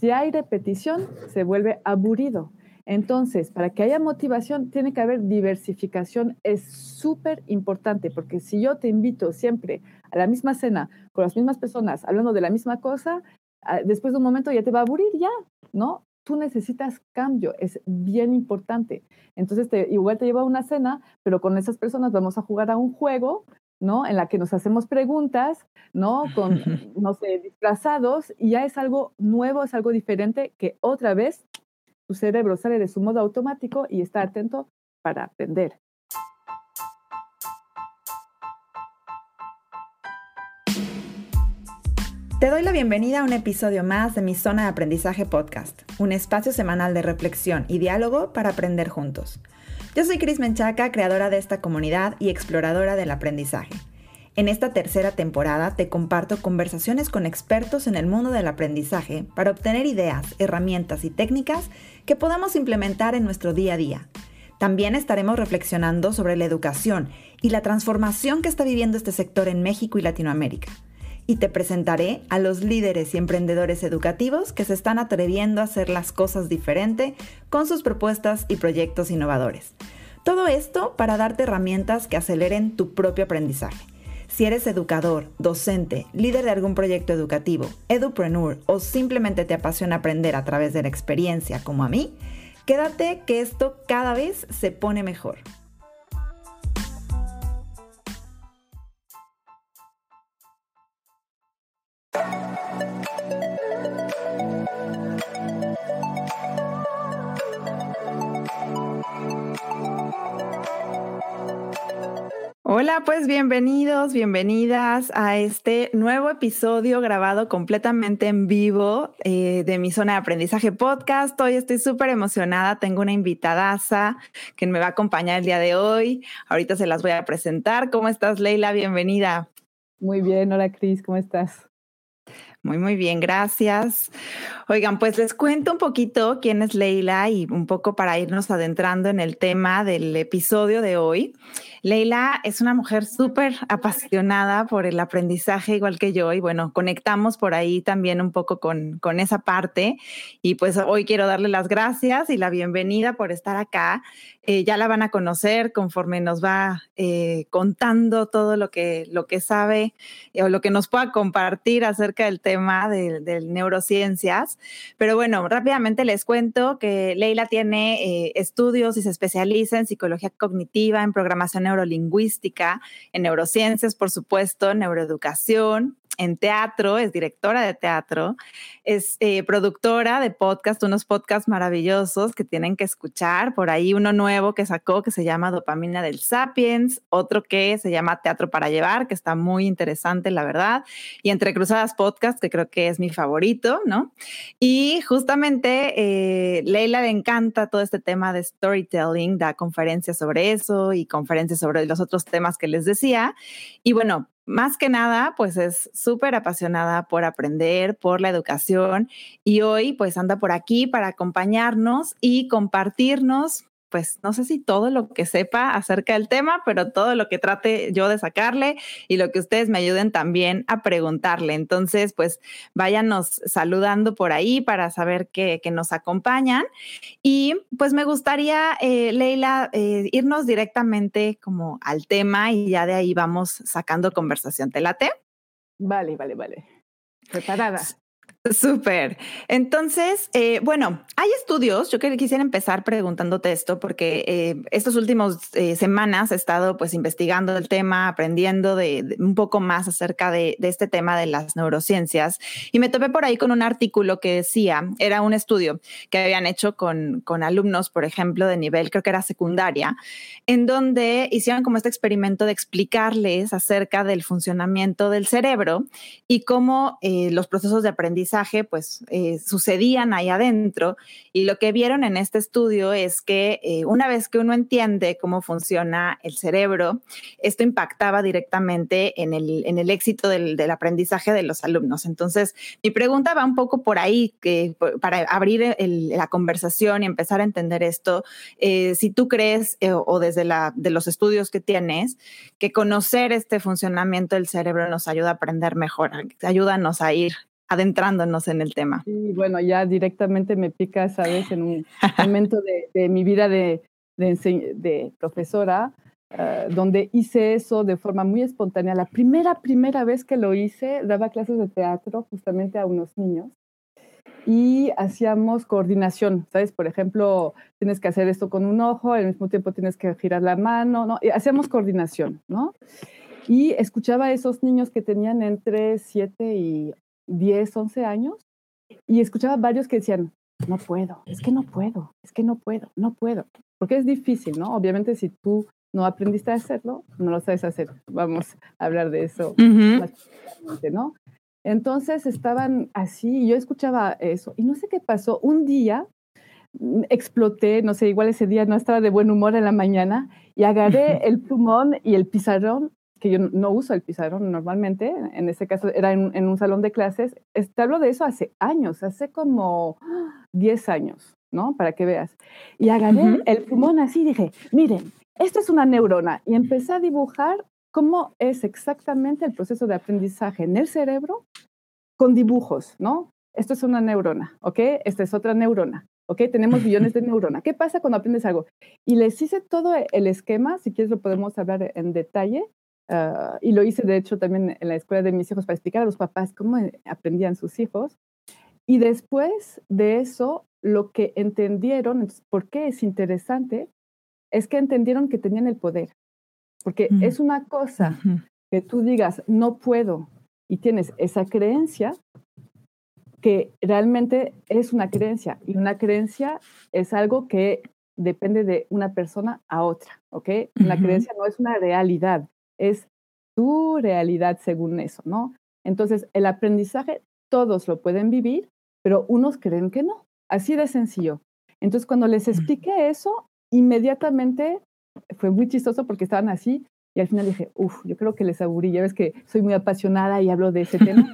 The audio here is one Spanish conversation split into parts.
Si hay repetición, se vuelve aburrido. Entonces, para que haya motivación, tiene que haber diversificación. Es súper importante, porque si yo te invito siempre a la misma cena, con las mismas personas, hablando de la misma cosa, después de un momento ya te va a aburrir, ya, ¿no? Tú necesitas cambio, es bien importante. Entonces, igual te llevo a una cena, pero con esas personas vamos a jugar a un juego, ¿no? En la que nos hacemos preguntas, ¿no? Con, no sé, disfrazados, y ya es algo nuevo, es algo diferente, que otra vez tu cerebro sale de su modo automático y está atento para aprender. Te doy la bienvenida a un episodio más de mi Zona de Aprendizaje Podcast, un espacio semanal de reflexión y diálogo para aprender juntos. Yo soy Cris Menchaca, creadora de esta comunidad y exploradora del aprendizaje. En esta tercera temporada te comparto conversaciones con expertos en el mundo del aprendizaje para obtener ideas, herramientas y técnicas que podamos implementar en nuestro día a día. También estaremos reflexionando sobre la educación y la transformación que está viviendo este sector en México y Latinoamérica. Y te presentaré a los líderes y emprendedores educativos que se están atreviendo a hacer las cosas diferente con sus propuestas y proyectos innovadores. Todo esto para darte herramientas que aceleren tu propio aprendizaje. Si eres educador, docente, líder de algún proyecto educativo, edupreneur o simplemente te apasiona aprender a través de la experiencia como a mí, quédate que esto cada vez se pone mejor. Hola, pues bienvenidos, bienvenidas a este nuevo episodio grabado completamente en vivo de mi Zona de Aprendizaje Podcast. Hoy estoy súper emocionada, tengo una invitadaza que me va a acompañar el día de hoy. Ahorita se las voy a presentar. ¿Cómo estás, Leila? Bienvenida. Muy bien, hola Cris, ¿cómo estás? Muy bien, gracias. Oigan, pues les cuento un poquito quién es Leila y un poco para irnos adentrando en el tema del episodio de hoy. Leila es una mujer súper apasionada por el aprendizaje, igual que yo, y bueno, conectamos por ahí también un poco con esa parte. Y pues hoy quiero darle las gracias y la bienvenida por estar acá. Ya la van a conocer conforme nos va contando todo lo que sabe o lo que nos pueda compartir acerca del tema de neurociencias. Pero bueno, rápidamente les cuento que Leila tiene estudios y se especializa en psicología cognitiva, en programación neurolingüística, en neurociencias, por supuesto, en neuroeducación, en teatro, es directora de teatro, es productora de podcast, unos podcasts maravillosos que tienen que escuchar. Por ahí uno nuevo que sacó que se llama Dopamina del Sapiens, otro que se llama Teatro para Llevar, que está muy interesante, la verdad, y Entre Cruzadas Podcast, que creo que es mi favorito, ¿no? Y justamente Leila le encanta todo este tema de storytelling, da conferencias sobre eso y conferencias sobre los otros temas que les decía. Y bueno, más que nada, pues es súper apasionada por aprender, por la educación, y hoy pues anda por aquí para acompañarnos y compartirnos, pues no sé si todo lo que sepa acerca del tema, pero todo lo que trate yo de sacarle y lo que ustedes me ayuden también a preguntarle. Entonces, pues váyanos saludando por ahí para saber que nos acompañan. Y pues me gustaría, Leila, irnos directamente como al tema y ya de ahí vamos sacando conversación. ¿Te late? Vale. Preparada. Súper. Entonces, bueno, hay estudios, yo quisiera empezar preguntándote esto porque estos últimos semanas he estado pues investigando el tema, aprendiendo de un poco más acerca de este tema de las neurociencias y me topé por ahí con un artículo que decía, era un estudio que habían hecho con alumnos, por ejemplo, de nivel, creo que era secundaria, en donde hicieron como este experimento de explicarles acerca del funcionamiento del cerebro y cómo los procesos de aprendizaje pues sucedían ahí adentro, y lo que vieron en este estudio es que una vez que uno entiende cómo funciona el cerebro, esto impactaba directamente en el éxito del aprendizaje de los alumnos. Entonces, mi pregunta va un poco por ahí, para abrir la conversación y empezar a entender esto, si tú crees o desde de los estudios que tienes, que conocer este funcionamiento del cerebro nos ayuda a aprender mejor. Ayúdanos a ir adentrándonos en el tema. Y bueno, ya directamente me pica, ¿sabes? En un momento de mi vida de profesora, donde hice eso de forma muy espontánea. La primera vez que lo hice, daba clases de teatro justamente a unos niños y hacíamos coordinación, ¿sabes? Por ejemplo, tienes que hacer esto con un ojo, al mismo tiempo tienes que girar la mano, ¿no? Y hacíamos coordinación, ¿no? Y escuchaba a esos niños que tenían entre 7 y 10, 11 años, y escuchaba varios que decían, no puedo, es que no puedo, es que no puedo, no puedo. Porque es difícil, ¿no? Obviamente si tú no aprendiste a hacerlo, no lo sabes hacer. Vamos a hablar de eso más precisamente, ¿no? Entonces estaban así, y yo escuchaba eso, y no sé qué pasó. Un día exploté, no sé, igual ese día no estaba de buen humor en la mañana, y agarré el plumón y el pizarrón, que yo no uso el pizarrón normalmente, en este caso era en un salón de clases. Te hablo de eso hace años, hace como 10 años, ¿no? Para que veas. Y agarré el plumón así y dije, miren, esto es una neurona. Y empecé a dibujar cómo es exactamente el proceso de aprendizaje en el cerebro con dibujos, ¿no? Esto es una neurona, ¿ok? Esta es otra neurona, ¿ok? Tenemos billones de neuronas. ¿Qué pasa cuando aprendes algo? Y les hice todo el esquema, si quieres lo podemos hablar en detalle, y lo hice de hecho también en la escuela de mis hijos para explicar a los papás cómo aprendían sus hijos. Y después de eso, lo que entendieron, entonces, ¿por qué es interesante? Es que entendieron que tenían el poder. Porque es una cosa que tú digas, no puedo, y tienes esa creencia, que realmente es una creencia, y una creencia es algo que depende de una persona a otra, ¿ok? Una creencia no es una realidad, es tu realidad según eso, ¿no? Entonces, el aprendizaje todos lo pueden vivir, pero unos creen que no, así de sencillo. Entonces, cuando les expliqué eso, inmediatamente fue muy chistoso porque estaban así, y al final dije, yo creo que les aburrí, ya ves que soy muy apasionada y hablo de ese tema.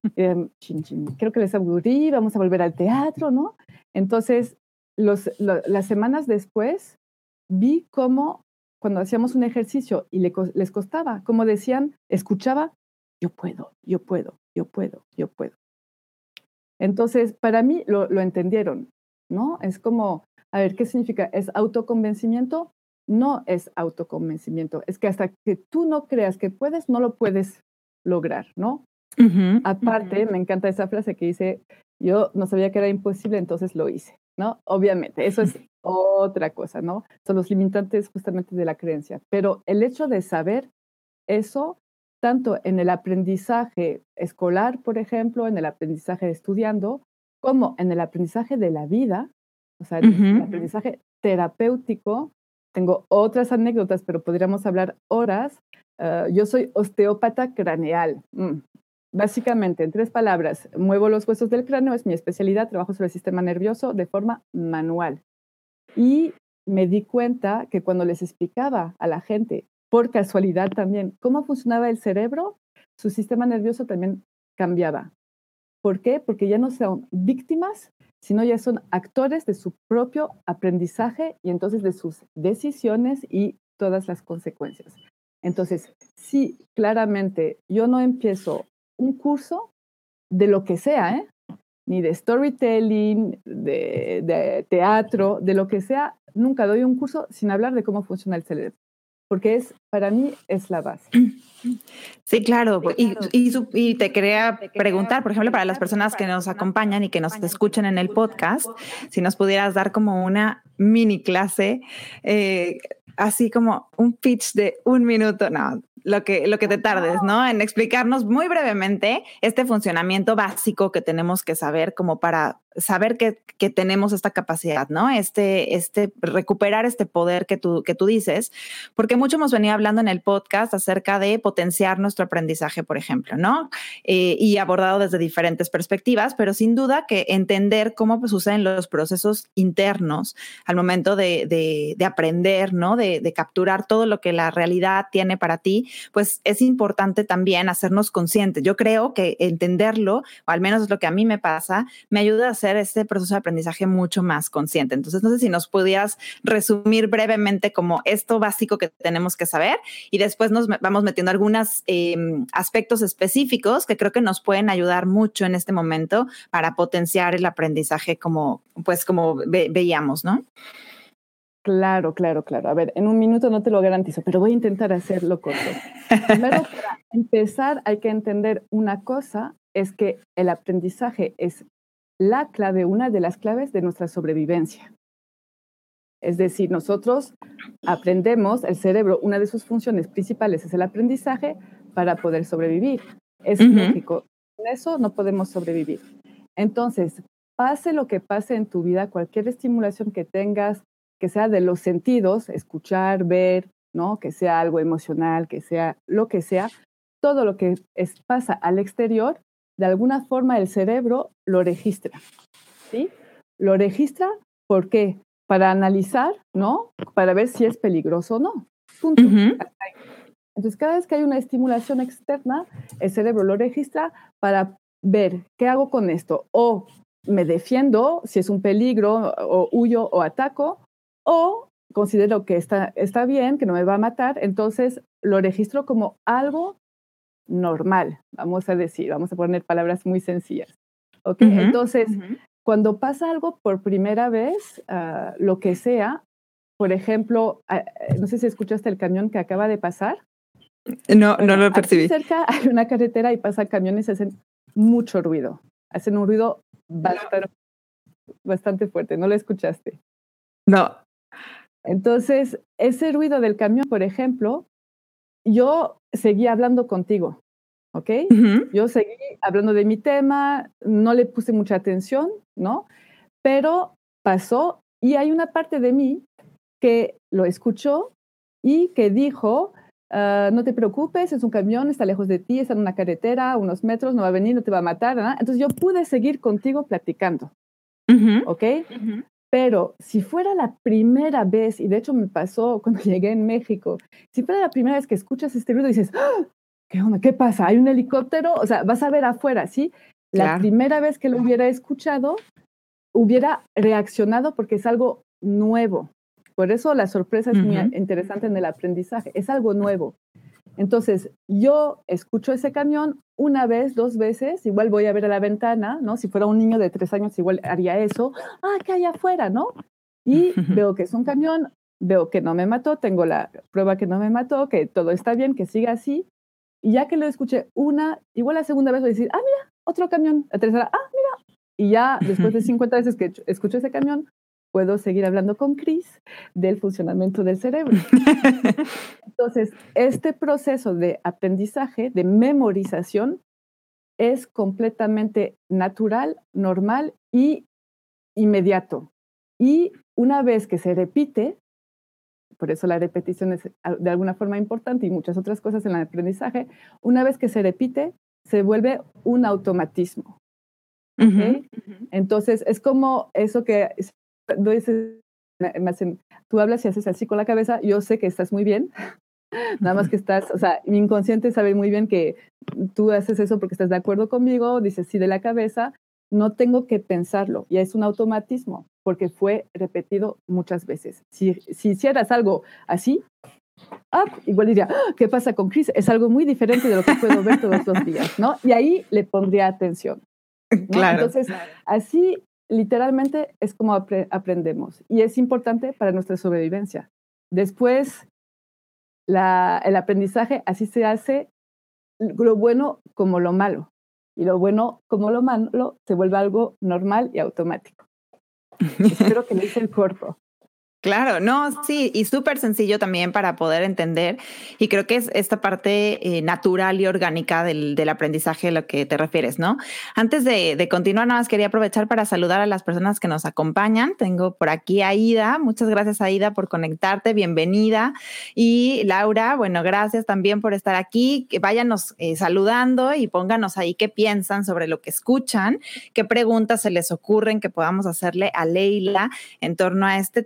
Creo que les aburrí, vamos a volver al teatro, ¿no? Entonces, las semanas después, vi cómo cuando hacíamos un ejercicio y les costaba, como decían, escuchaba, yo puedo, yo puedo, yo puedo, yo puedo. Entonces, para mí lo entendieron, ¿no? Es como, a ver, ¿qué significa? ¿Es autoconvencimiento? No es autoconvencimiento. Es que hasta que tú no creas que puedes, no lo puedes lograr, ¿no? Aparte, me encanta esa frase que dice, yo no sabía que era imposible, entonces lo hice, ¿no? Obviamente, eso es otra cosa, ¿no? Son los limitantes justamente de la creencia. Pero el hecho de saber eso, tanto en el aprendizaje escolar, por ejemplo, en el aprendizaje estudiando, como en el aprendizaje de la vida, o sea, el aprendizaje terapéutico. Tengo otras anécdotas, pero podríamos hablar horas. Yo soy osteópata craneal. Básicamente, en 3 palabras, muevo los huesos del cráneo, es mi especialidad, trabajo sobre el sistema nervioso de forma manual. Y me di cuenta que cuando les explicaba a la gente, por casualidad también, cómo funcionaba el cerebro, su sistema nervioso también cambiaba. ¿Por qué? Porque ya no son víctimas, sino ya son actores de su propio aprendizaje y entonces de sus decisiones y todas las consecuencias. Entonces, sí, claramente, yo no empiezo un curso de lo que sea, ni de storytelling, de teatro, de lo que sea. Nunca doy un curso sin hablar de cómo funciona el cerebro, porque para mí es la base. Sí, claro. Y te quería preguntar, por ejemplo, para las personas que nos acompañan y que nos escuchan en el podcast, si nos pudieras dar como una mini clase, así como un pitch de 1 minuto, no, lo que te tardes, ¿no? En explicarnos muy brevemente este funcionamiento básico que tenemos que saber como para saber que tenemos esta capacidad, ¿no? Recuperar este poder que tú dices, porque mucho hemos venido hablando en el podcast acerca de potenciar nuestro aprendizaje, por ejemplo, ¿no? Y abordado desde diferentes perspectivas, pero sin duda que entender cómo suceden los procesos internos al momento de aprender, ¿no? De capturar todo lo que la realidad tiene para ti, pues es importante también hacernos conscientes. Yo creo que entenderlo, o al menos es lo que a mí me pasa, me ayuda a hacer hacer este proceso de aprendizaje mucho más consciente. Entonces, no sé si nos pudieras resumir brevemente como esto básico que tenemos que saber y después nos vamos metiendo algunos aspectos específicos que creo que nos pueden ayudar mucho en este momento para potenciar el aprendizaje como veíamos, ¿no? Claro. A ver, en un minuto no te lo garantizo, pero voy a intentar hacerlo corto. Primero, para empezar, hay que entender una cosa, es que el aprendizaje es la clave, una de las claves de nuestra sobrevivencia. Es decir, nosotros aprendemos, el cerebro, una de sus funciones principales es el aprendizaje para poder sobrevivir. Es lógico, sin eso no podemos sobrevivir. Entonces, pase lo que pase en tu vida, cualquier estimulación que tengas, que sea de los sentidos, escuchar, ver, ¿no? Que sea algo emocional, que sea lo que sea, todo lo que pasa al exterior, de alguna forma el cerebro lo registra, ¿sí? Lo registra, ¿por qué? Para analizar, ¿no? Para ver si es peligroso o no. Punto. Entonces, cada vez que hay una estimulación externa, el cerebro lo registra para ver qué hago con esto. O me defiendo si es un peligro, o huyo o ataco, o considero que está bien, que no me va a matar, entonces lo registro como algo normal, vamos a poner palabras muy sencillas. ¿Okay? Entonces, cuando pasa algo por primera vez, lo que sea, por ejemplo, no sé si escuchaste el camión que acaba de pasar. No lo percibí. Aquí cerca hay una carretera y pasan camiones y hacen mucho ruido. Hacen un ruido bastante fuerte. ¿No lo escuchaste? No. Entonces, ese ruido del camión, por ejemplo, yo seguí hablando contigo, ¿ok? Yo seguí hablando de mi tema, no le puse mucha atención, ¿no? Pero pasó y hay una parte de mí que lo escuchó y que dijo, no te preocupes, es un camión, está lejos de ti, está en una carretera, unos metros, no va a venir, no te va a matar, ¿no? Entonces yo pude seguir contigo platicando, ¿ok? Pero si fuera la primera vez, y de hecho me pasó cuando llegué en México, si fuera la primera vez que escuchas este ruido y dices, ¡ah! ¿Qué onda? ¿Qué pasa? ¿Hay un helicóptero? O sea, vas a ver afuera, ¿sí? La primera vez que lo hubiera escuchado, hubiera reaccionado porque es algo nuevo. Por eso la sorpresa es muy interesante en el aprendizaje. Es algo nuevo. Entonces, yo escucho ese camión una vez, dos veces, igual voy a ver a la ventana, ¿no? Si fuera un niño de 3 años, igual haría eso. ¡Ah, qué hay afuera!, ¿no? Y veo que es un camión, veo que no me mató, tengo la prueba que no me mató, que todo está bien, que siga así. Y ya que lo escuché igual la segunda vez voy a decir, mira, otro camión. La tercera, mira. Y ya después de 50 veces que escucho ese camión, puedo seguir hablando con Chris del funcionamiento del cerebro. Entonces, este proceso de aprendizaje, de memorización, es completamente natural, normal y inmediato. Y una vez que se repite, por eso la repetición es de alguna forma importante y muchas otras cosas en el aprendizaje, una vez que se repite, se vuelve un automatismo. ¿Okay? Entonces, es como eso que tú hablas y haces así con la cabeza, yo sé que estás muy bien, nada más que mi inconsciente sabe muy bien que tú haces eso porque estás de acuerdo conmigo, dices sí de la cabeza, no tengo que pensarlo, ya es un automatismo, porque fue repetido muchas veces. Si hicieras algo así, igual diría, ¿qué pasa con Chris? Es algo muy diferente de lo que puedo ver todos los días, ¿no? Y ahí le pondría atención, ¿no? Claro. Entonces, así literalmente es como aprendemos y es importante para nuestra sobrevivencia. Después, el aprendizaje así se hace, lo bueno como lo malo, y lo bueno como lo malo se vuelve algo normal y automático. Espero que le hice el corto. Claro, no, sí, y súper sencillo también para poder entender, y creo que es esta parte natural y orgánica del aprendizaje a lo que te refieres, ¿no? Antes de continuar, nada más quería aprovechar para saludar a las personas que nos acompañan. Tengo por aquí a Aida, muchas gracias Aida por conectarte, bienvenida, y Laura, bueno, gracias también por estar aquí, que váyanos saludando y pónganos ahí qué piensan sobre lo que escuchan, qué preguntas se les ocurren que podamos hacerle a Leila en torno a este tema de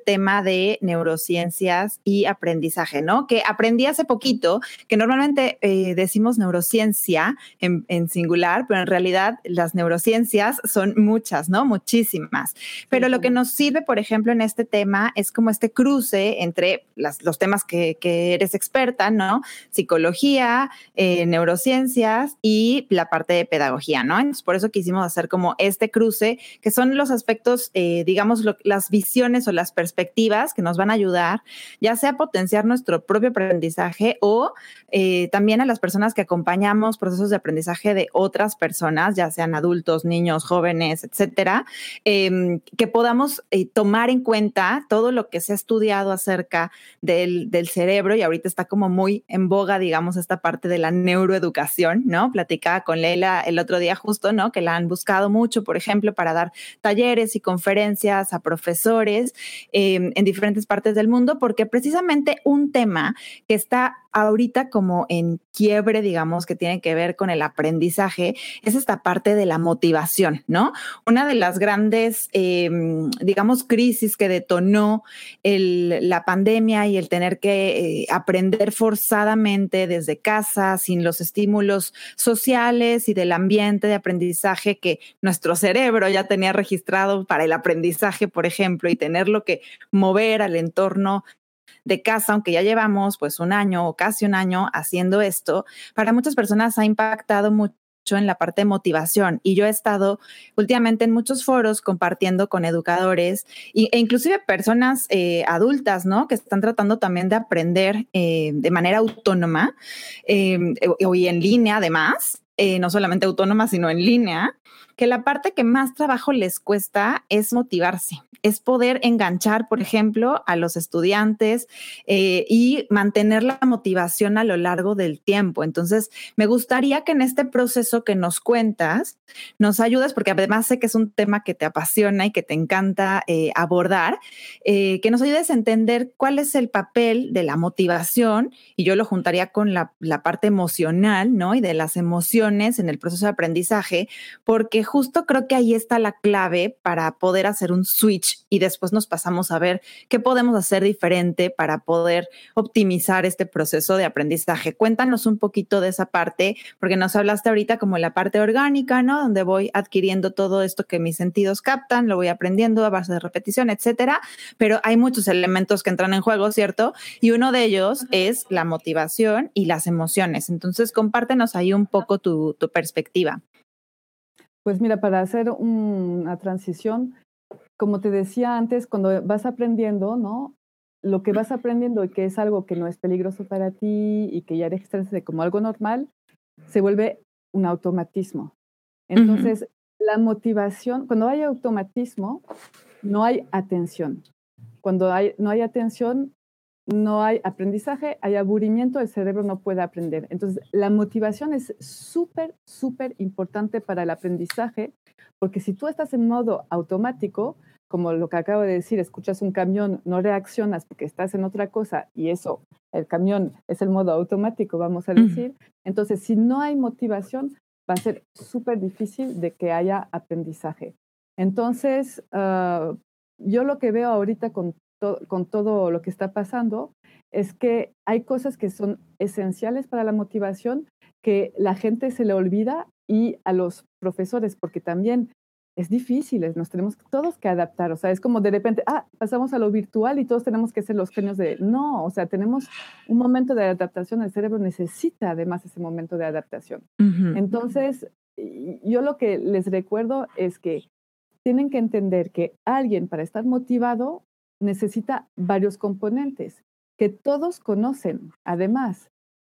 de neurociencias y aprendizaje, ¿no? Que aprendí hace poquito, que normalmente decimos neurociencia en singular, pero en realidad las neurociencias son muchas, ¿no? Muchísimas. Pero lo que nos sirve, por ejemplo, en este tema es como este cruce entre los temas que eres experta, ¿no? Psicología, neurociencias y la parte de pedagogía, ¿no? Entonces, por eso quisimos hacer como este cruce, que son los aspectos, digamos, las visiones o las perspectivas que nos van a ayudar, ya sea a potenciar nuestro propio aprendizaje o también a las personas que acompañamos procesos de aprendizaje de otras personas, ya sean adultos, niños, jóvenes, etcétera, que podamos tomar en cuenta todo lo que se ha estudiado acerca del cerebro, y ahorita está como muy en boga, digamos, esta parte de la neuroeducación, ¿no? Platicaba con Leila el otro día justo, ¿no? Que la han buscado mucho, por ejemplo, para dar talleres y conferencias a profesores en diferentes partes del mundo, porque precisamente un tema que está ahorita como en quiebre, digamos, que tiene que ver con el aprendizaje, es esta parte de la motivación, ¿no? Una de las grandes, digamos, crisis que detonó la pandemia y el tener que aprender forzadamente desde casa, sin los estímulos sociales y del ambiente de aprendizaje que nuestro cerebro ya tenía registrado para el aprendizaje, por ejemplo, y tenerlo que mover al entorno de casa, aunque ya llevamos pues un año o casi un año haciendo esto, para muchas personas ha impactado mucho en la parte de motivación, y yo he estado últimamente en muchos foros compartiendo con educadores e inclusive personas adultas, ¿no? Que están tratando también de aprender de manera autónoma y en línea además, no solamente autónoma, sino en línea, que la parte que más trabajo les cuesta es motivarse, es poder enganchar, por ejemplo, a los estudiantes y mantener la motivación a lo largo del tiempo. Entonces, me gustaría que en este proceso que nos cuentas, nos ayudes, porque además sé que es un tema que te apasiona y que te encanta abordar, que nos ayudes a entender cuál es el papel de la motivación, y yo lo juntaría con la parte emocional, ¿no? Y de las emociones en el proceso de aprendizaje, porque justo creo que ahí está la clave para poder hacer un switch y después nos pasamos a ver qué podemos hacer diferente para poder optimizar este proceso de aprendizaje. Cuéntanos un poquito de esa parte, porque nos hablaste ahorita como la parte orgánica, ¿no? Donde voy adquiriendo todo esto que mis sentidos captan, lo voy aprendiendo a base de repetición, etcétera, pero hay muchos elementos que entran en juego, ¿cierto? Y uno de ellos es la motivación y las emociones. Entonces, compártenos ahí un poco tu perspectiva. Pues mira, para hacer una transición, como te decía antes, cuando vas aprendiendo, ¿no? Lo que vas aprendiendo y que es algo que no es peligroso para ti y que ya registraste como algo normal, se vuelve un automatismo. Entonces, la motivación, cuando hay automatismo, no hay atención. Cuando no hay atención, no hay aprendizaje, hay aburrimiento, el cerebro no puede aprender. Entonces, la motivación es súper, súper importante para el aprendizaje, porque si tú estás en modo automático, como lo que acabo de decir, escuchas un camión, no reaccionas porque estás en otra cosa y eso, el camión es el modo automático, vamos a decir. Entonces, si no hay motivación, va a ser súper difícil de que haya aprendizaje. Entonces, yo lo que veo ahorita con todo lo que está pasando es que hay cosas que son esenciales para la motivación que la gente se le olvida, y a los profesores, porque también es difícil, nos tenemos todos que adaptar, o sea, es como de repente, pasamos a lo virtual y todos tenemos que ser los genios no, o sea, tenemos un momento de adaptación, el cerebro necesita además ese momento de adaptación. Entonces, yo lo que les recuerdo es que tienen que entender que alguien para estar motivado necesita varios componentes que todos conocen. Además,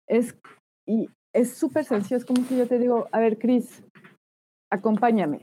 y es súper sencillo. Es como si yo te digo, a ver, Cris, acompáñame.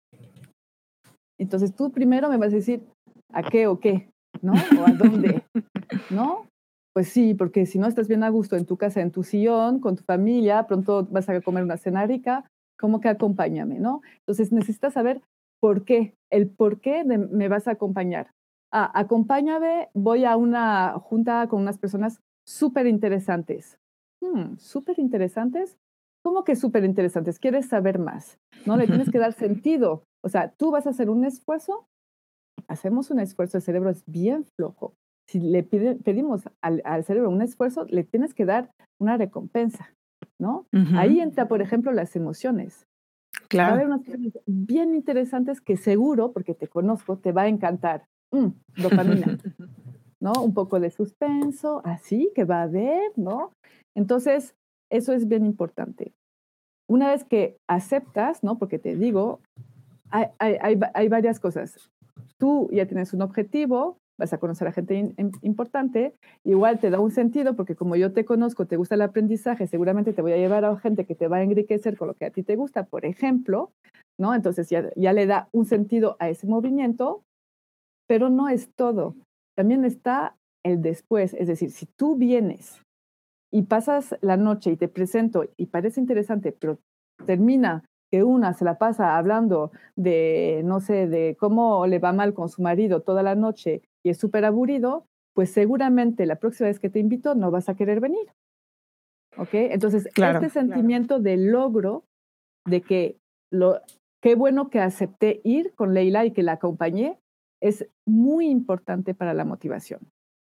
Entonces tú primero me vas a decir, ¿a qué o qué? ¿No? ¿O a dónde? ¿No? Pues sí, porque si no estás bien a gusto en tu casa, en tu sillón, con tu familia, pronto vas a comer una cena rica, ¿cómo que acompáñame? ¿No? Entonces necesitas saber por qué, el por qué me vas a acompañar. Acompáñame, voy a una junta con unas personas súper interesantes. ¿Súper interesantes? ¿Cómo que súper interesantes? ¿Quieres saber más? ¿No? Le tienes que dar sentido. O sea, tú vas a hacer un esfuerzo hacemos un esfuerzo, el cerebro es bien flojo. Si le pedimos al cerebro un esfuerzo, le tienes que dar una recompensa, ¿no? Ahí entra, por ejemplo, las emociones. Va a Claro. haber unas cosas bien interesantes que seguro, porque te conozco, te va a encantar. Dopamina, ¿no? Un poco de suspenso, así que va a haber, ¿no? Entonces, eso es bien importante. Una vez que aceptas, ¿no? Porque te digo, hay varias cosas. Tú ya tienes un objetivo, vas a conocer a gente importante, igual te da un sentido, porque como yo te conozco, te gusta el aprendizaje, seguramente te voy a llevar a gente que te va a enriquecer con lo que a ti te gusta, por ejemplo, ¿no? Entonces ya le da un sentido a ese movimiento, pero no es todo. También está el después, es decir, si tú vienes y pasas la noche y te presento y parece interesante, pero termina que una se la pasa hablando de, no sé, de cómo le va mal con su marido toda la noche y es súper aburrido, pues seguramente la próxima vez que te invito no vas a querer venir. ¿Ok? Entonces, Claro. este sentimiento de logro, de que qué bueno que acepté ir con Leila y que la acompañé, es muy importante para la motivación.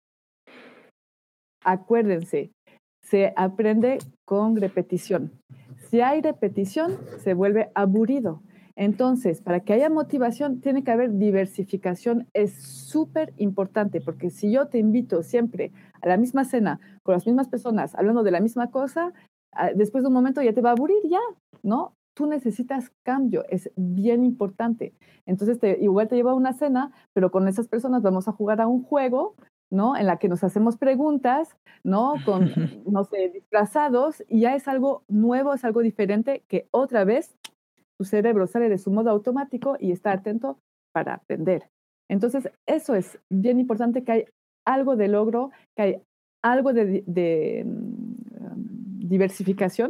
Acuérdense, se aprende con repetición. Si hay repetición, se vuelve aburrido. Entonces, para que haya motivación, tiene que haber diversificación. Es súper importante, porque si yo te invito siempre a la misma cena, con las mismas personas, hablando de la misma cosa, después de un momento ya te va a aburrir, ya, ¿no? Tú necesitas cambio, es bien importante. Entonces, igual te llevo a una cena, pero con esas personas vamos a jugar a un juego, ¿no? En la que nos hacemos preguntas, ¿no? Con, no sé, disfrazados, y ya es algo nuevo, es algo diferente que otra vez tu cerebro sale de su modo automático y está atento para aprender. Entonces, eso es bien importante, que hay algo de logro, que hay algo de diversificación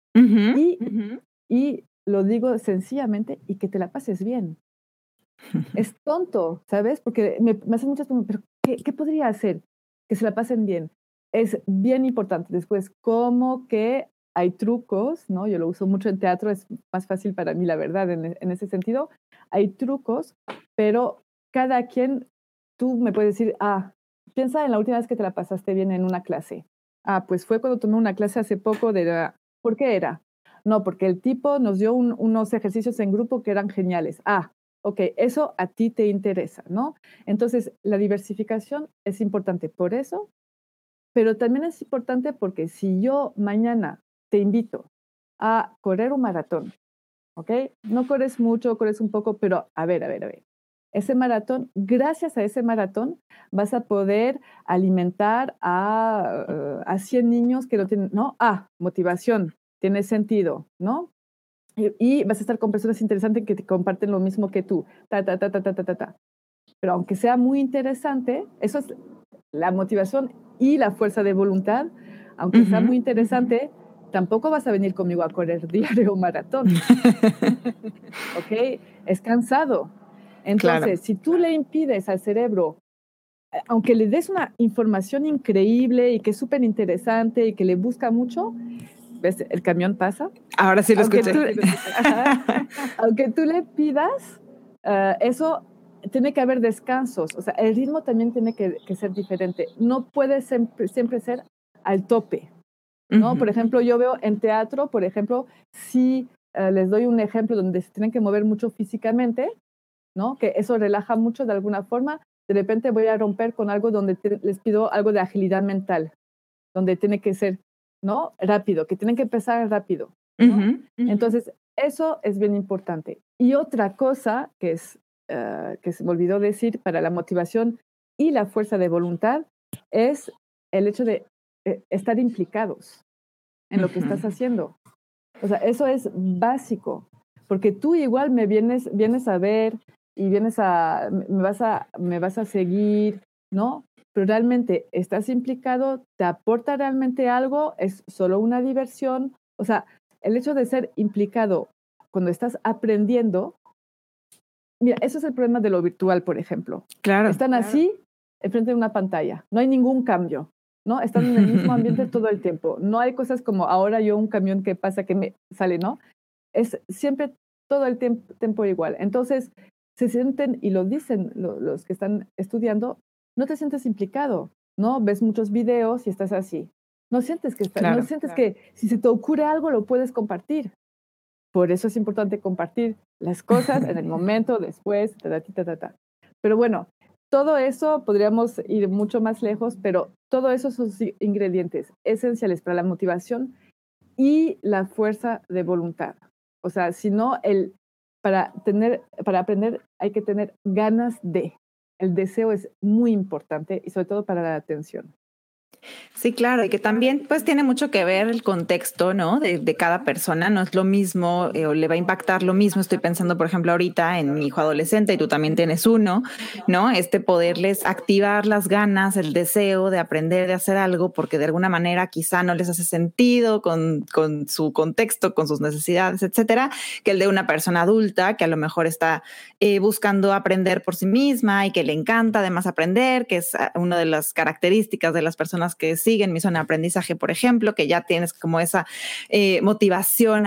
y lo digo sencillamente, y que te la pases bien. Es tonto, ¿sabes? Porque me hacen muchas preguntas, pero ¿qué podría hacer? Que se la pasen bien. Es bien importante. Después, como que hay trucos, ¿no? Yo lo uso mucho en teatro, es más fácil para mí, la verdad, en ese sentido. Hay trucos, pero cada quien, tú me puedes decir, piensa en la última vez que te la pasaste bien en una clase. Pues fue cuando tomé una clase hace poco ¿por qué era? No, porque el tipo nos dio unos ejercicios en grupo que eran geniales. Ok, eso a ti te interesa, ¿no? Entonces, la diversificación es importante por eso, pero también es importante porque si yo mañana te invito a correr un maratón, ¿ok? No corres mucho, corres un poco, pero a ver. Ese maratón, gracias a ese maratón, vas a poder alimentar a 100 niños que no tienen, ¿no? Motivación, tiene sentido, ¿no? Y vas a estar con personas interesantes que te comparten lo mismo que tú. Pero aunque sea muy interesante, eso es la motivación y la fuerza de voluntad. Aunque sea muy interesante, tampoco vas a venir conmigo a correr diario maratón. ¿Ok? Es cansado. Entonces, si tú le impides al cerebro, aunque le des una información increíble y que es súper interesante y que le busca mucho, ¿ves? El camión pasa. Ahora sí lo escuché. Aunque tú le pidas, eso tiene que haber descansos. O sea, el ritmo también tiene que ser diferente. No puede siempre ser al tope, ¿no? Por ejemplo, yo veo en teatro, por ejemplo, si les doy un ejemplo donde se tienen que mover mucho físicamente, ¿no? Que eso relaja mucho de alguna forma. De repente voy a romper con algo donde les pido algo de agilidad mental, donde tiene que ser, ¿no? Rápido, que tienen que empezar rápido, ¿no? Entonces, eso es bien importante. Y otra cosa que se me olvidó decir para la motivación y la fuerza de voluntad es el hecho de estar implicados en lo que estás haciendo. O sea, eso es básico, porque tú igual vienes a ver y me vas a seguir, ¿no? Pero realmente estás implicado, te aporta realmente algo, es solo una diversión. O sea, el hecho de ser implicado cuando estás aprendiendo, mira, eso es el problema de lo virtual, por ejemplo. Claro. Están así, enfrente de una pantalla, no hay ningún cambio, ¿no? Están en el mismo ambiente todo el tiempo. No hay cosas como ahora yo un camión que pasa que me sale, ¿no? Es siempre todo el tiempo igual. Entonces, se sienten, y lo dicen los que están estudiando, no te sientes implicado, ¿no? Ves muchos videos y estás así. No sientes no sientes que si se te ocurre algo lo puedes compartir. Por eso es importante compartir las cosas en el momento, después, Pero bueno, todo eso podríamos ir mucho más lejos, pero todo eso son ingredientes esenciales para la motivación y la fuerza de voluntad. O sea, si no, para aprender hay que tener ganas de. El deseo es muy importante y sobre todo para la atención. Sí, claro, y que también pues tiene mucho que ver el contexto, ¿no? De cada persona, no es lo mismo o le va a impactar lo mismo. Estoy pensando, por ejemplo, ahorita en mi hijo adolescente y tú también tienes uno, ¿no? Poderles activar las ganas, el deseo de aprender, de hacer algo, porque de alguna manera quizá no les hace sentido con su contexto, con sus necesidades, etcétera, que el de una persona adulta que a lo mejor está buscando aprender por sí misma y que le encanta además aprender, que es una de las características de las personas que siguen mi zona de aprendizaje, por ejemplo, que ya tienes como esa motivación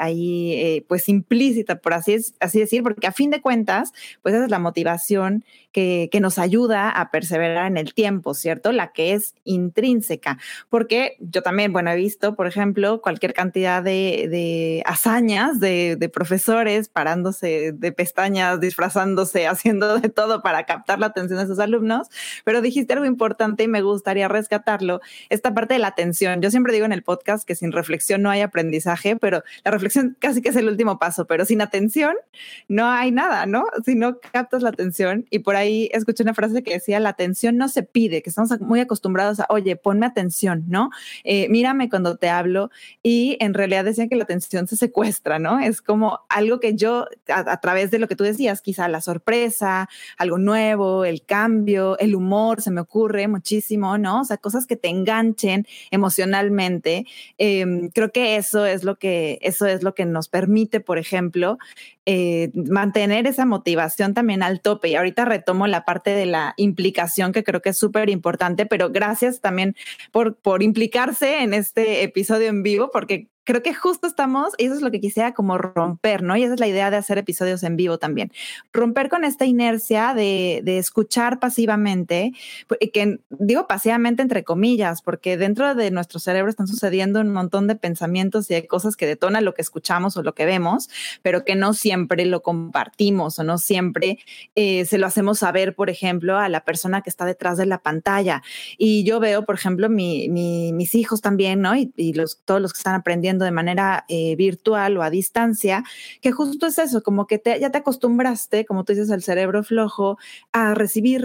ahí pues implícita, por así decir, porque a fin de cuentas, pues esa es la motivación que nos ayuda a perseverar en el tiempo, ¿cierto? La que es intrínseca, porque yo también, bueno, he visto, por ejemplo, cualquier cantidad de hazañas de profesores parándose de pestañas, disfrazándose, haciendo de todo para captar la atención de sus alumnos, pero dijiste algo importante y me gustaría rescatarlo, esta parte de la atención. Yo siempre digo en el podcast que sin reflexión no hay aprendizaje, pero la reflexión casi que es el último paso, pero sin atención no hay nada, ¿no? Si no captas la atención. Y por ahí escuché una frase que decía, la atención no se pide, que estamos muy acostumbrados a, oye, ponme atención, ¿no? Mírame cuando te hablo, y en realidad decían que la atención se secuestra, ¿no? Es como algo que yo, a través de lo que tú decías, quizá la sorpresa, algo nuevo, el cambio, el humor, se me ocurre muchísimo, ¿no? O sea, cosas que te enganchen emocionalmente. Creo que eso es lo que nos permite, por ejemplo, mantener esa motivación también al tope. Y ahorita retomo la parte de la implicación, que creo que es súper importante, pero gracias también por implicarse en este episodio en vivo, porque creo que justo estamos, y eso es lo que quisiera como romper, ¿no? Y esa es la idea de hacer episodios en vivo también. Romper con esta inercia de escuchar pasivamente, que digo pasivamente entre comillas, porque dentro de nuestro cerebro están sucediendo un montón de pensamientos y de cosas que detonan lo que escuchamos o lo que vemos, pero que no siempre lo compartimos o no siempre se lo hacemos saber, por ejemplo, a la persona que está detrás de la pantalla. Y yo veo, por ejemplo, mis hijos también, ¿no? Y todos los que están aprendiendo de manera virtual o a distancia, que justo es eso, como que ya te acostumbraste, como tú dices, al cerebro flojo, a recibir,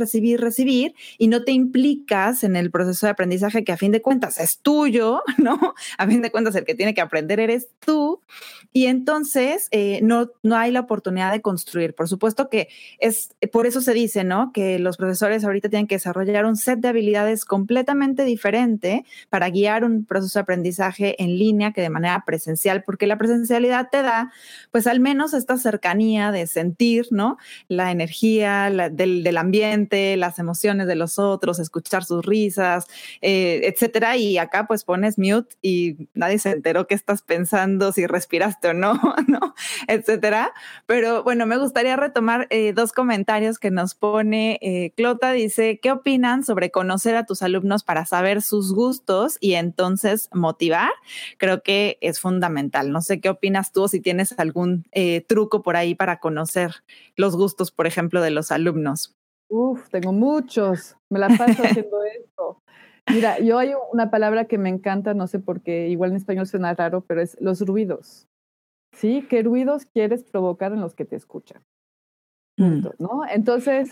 y no te implicas en el proceso de aprendizaje que a fin de cuentas es tuyo, ¿no? A fin de cuentas el que tiene que aprender eres tú, y entonces no hay la oportunidad de construir. Por supuesto que por eso se dice, ¿no? Que los profesores ahorita tienen que desarrollar un set de habilidades completamente diferente para guiar un proceso de aprendizaje en línea que de manera presencial, porque la presencialidad te da, pues al menos esta cercanía de sentir, ¿no? La energía del ambiente, las emociones de los otros, escuchar sus risas, etcétera. Y acá pues pones mute y nadie se enteró qué estás pensando, si respiraste o no, ¿no? Etcétera. Pero bueno, me gustaría retomar dos comentarios que nos pone Clota. Dice, ¿qué opinan sobre conocer a tus alumnos para saber sus gustos y entonces motivar? Creo que es fundamental. No sé qué opinas tú, o si tienes algún truco por ahí para conocer los gustos, por ejemplo, de los alumnos. Tengo muchos. Me la paso haciendo esto. Mira, yo hay una palabra que me encanta, no sé por qué, igual en español suena raro, pero es los ruidos. ¿Sí? ¿Qué ruidos quieres provocar en los que te escuchan? Punto, ¿no? Entonces,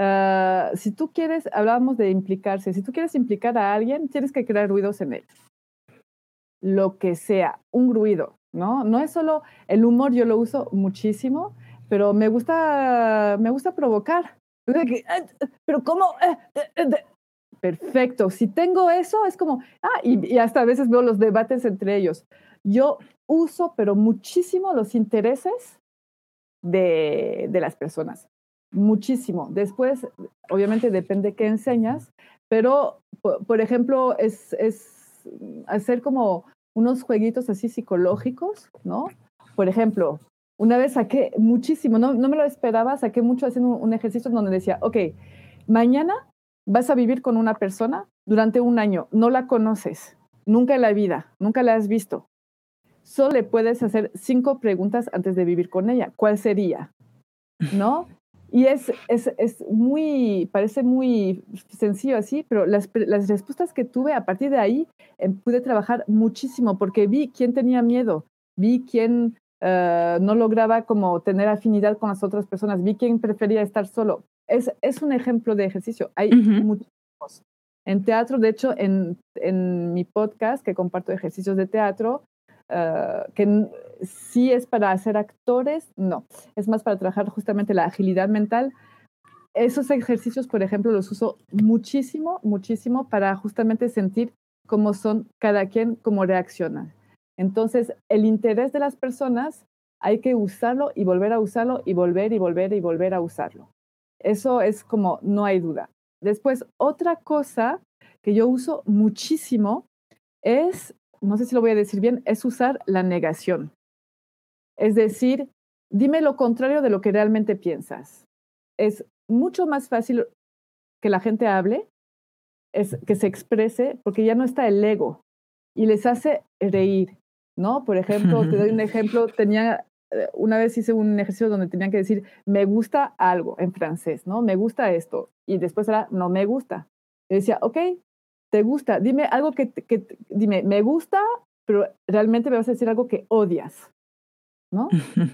si tú quieres, hablábamos de implicarse, si tú quieres implicar a alguien, tienes que crear ruidos en él. Lo que sea, un ruido, ¿no? No es solo el humor, yo lo uso muchísimo, pero me gusta provocar. Pero ¿cómo? Perfecto. Si tengo eso, es como, y hasta a veces veo los debates entre ellos. Yo uso, pero muchísimo los intereses de las personas. Muchísimo. Después, obviamente depende qué enseñas, pero, por ejemplo, es hacer como unos jueguitos así psicológicos, ¿no? Por ejemplo, Una vez saqué muchísimo, no me lo esperaba, saqué mucho haciendo un ejercicio donde decía, ok, mañana vas a vivir con una persona durante un año, no la conoces, nunca en la vida, nunca la has visto. Solo le puedes hacer 5 preguntas antes de vivir con ella. ¿Cuál sería? ¿No? Y es muy, parece muy sencillo así, pero las respuestas que tuve a partir de ahí pude trabajar muchísimo porque vi quién tenía miedo, vi quién no lograba como tener afinidad con las otras personas, vi quién prefería estar solo. Es un ejemplo de ejercicio. Hay muchísimos. En teatro, de hecho, en mi podcast que comparto ejercicios de teatro, que sí es para hacer actores, no, es más para trabajar justamente la agilidad mental. Esos ejercicios, por ejemplo, los uso muchísimo, muchísimo para justamente sentir cómo son cada quien, cómo reacciona. Entonces, el interés de las personas hay que usarlo y volver a usarlo y volver y volver y volver a usarlo. Eso es como, no hay duda. Después, otra cosa que yo uso muchísimo es, no sé si lo voy a decir bien, es usar la negación. Es decir, dime lo contrario de lo que realmente piensas. Es mucho más fácil que la gente hable, es que se exprese, porque ya no está el ego y les hace reír, ¿no? Por ejemplo, te doy un ejemplo, una vez hice un ejercicio donde tenían que decir, me gusta algo en francés, ¿no? Me gusta esto. Y después era, no me gusta. Y decía, ok, te gusta, dime algo dime, me gusta, pero realmente me vas a decir algo que odias, ¿no?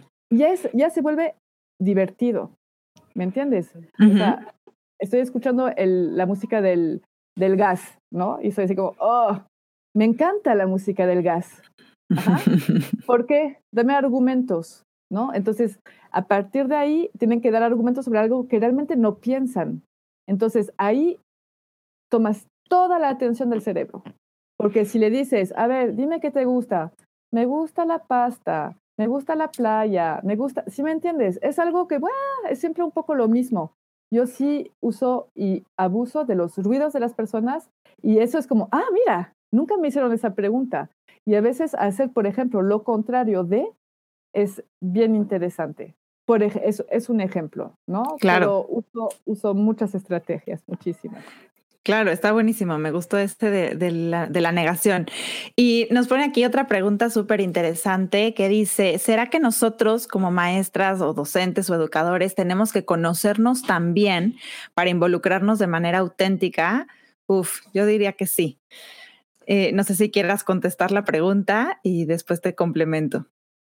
Ya se vuelve divertido, ¿me entiendes? O sea, estoy escuchando la música del gas, ¿no? Y soy así como, oh, me encanta la música del gas. Ajá. ¿Por qué? Dame argumentos, ¿no? Entonces, a partir de ahí, tienen que dar argumentos sobre algo que realmente no piensan. Entonces, ahí tomas toda la atención del cerebro. Porque si le dices, a ver, dime qué te gusta. Me gusta la pasta, me gusta la playa, me gusta, ¿sí me entiendes? Es algo que, bueno, es siempre un poco lo mismo. Yo sí uso y abuso de los ruidos de las personas y eso es como, ah, mira, nunca me hicieron esa pregunta. Y a veces hacer, por ejemplo, lo contrario de es bien interesante. Es un ejemplo, ¿no? Claro. Pero uso muchas estrategias, muchísimas. Claro, está buenísimo. Me gustó de la negación. Y nos pone aquí otra pregunta súper interesante que dice, ¿será que nosotros como maestras o docentes o educadores tenemos que conocernos también para involucrarnos de manera auténtica? Uf, yo diría que sí. No sé si quieras contestar la pregunta y después te complemento.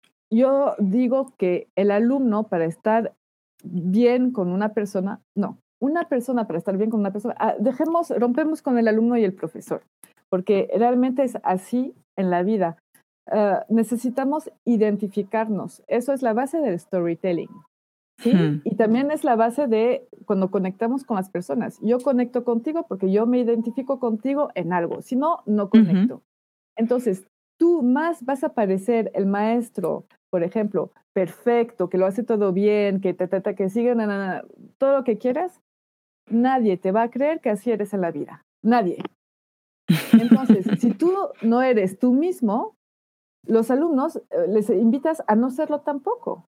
Yo digo que el alumno para estar bien con una persona, no, una persona para estar bien con una persona, rompemos con el alumno y el profesor, porque realmente es así en la vida. Necesitamos identificarnos, eso es la base del storytelling, ¿sí? Y también es la base de cuando conectamos con las personas. Yo conecto contigo porque yo me identifico contigo en algo, si no, no conecto. Entonces, tú más vas a parecer el maestro, por ejemplo, perfecto, que lo hace todo bien, que sigue todo lo que quieras, nadie te va a creer que así eres en la vida. Nadie. Entonces, si tú no eres tú mismo, los alumnos les invitas a no serlo tampoco.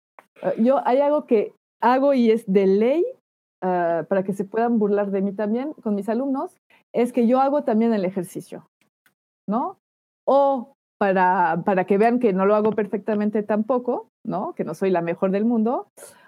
Hay algo que hago y es de ley para que se puedan burlar de mí también con mis alumnos, es que yo hago también el ejercicio, ¿no? O para que vean que no lo hago perfectamente tampoco, ¿no? Que no soy la mejor del mundo,